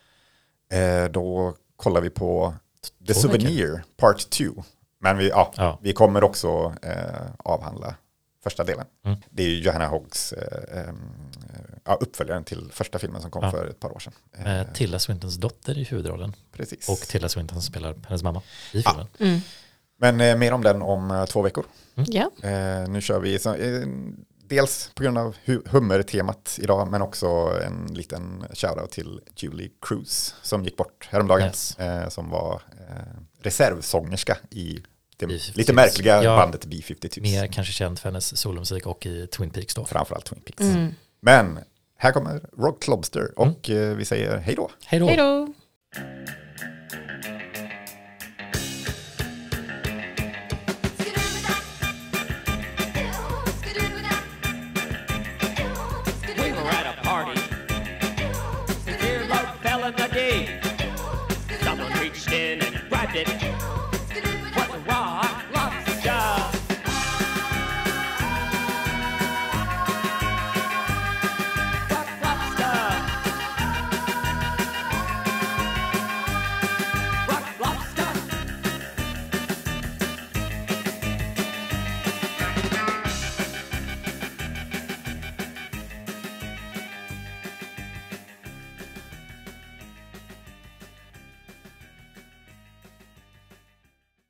Eh, då kollar vi på The Två Souvenir Part två. Men vi, ja, Ja. vi kommer också eh, avhandla första delen. Mm. Det är ju Johanna Hoggs eh, eh, ja, uppföljaren till första filmen som kom Ja. för ett par år sedan. Eh, Med Tilda Swintons dotter i huvudrollen. precis. Och Tilda Swinton spelar hennes mamma i filmen. Mm. Men eh, mer om den om eh, två veckor. Ja. Eh, nu kör vi så, eh, dels på grund av hu- hummertemat idag, men också en liten shoutout till Julie Cruz som gick bort häromdagen. Yes. Eh, som var eh, reservsångerska i det B fifty-twos. lite märkliga Ja. bandet B fifty-twos. Mer kanske känd för hennes solomusik och i Twin Peaks då. Framförallt Twin Peaks. Mm. Men här kommer Rock Lobster och eh, vi säger hej då. Hej då! Hej då. We were at a party. The dear love fell in the deep. Someone reached it.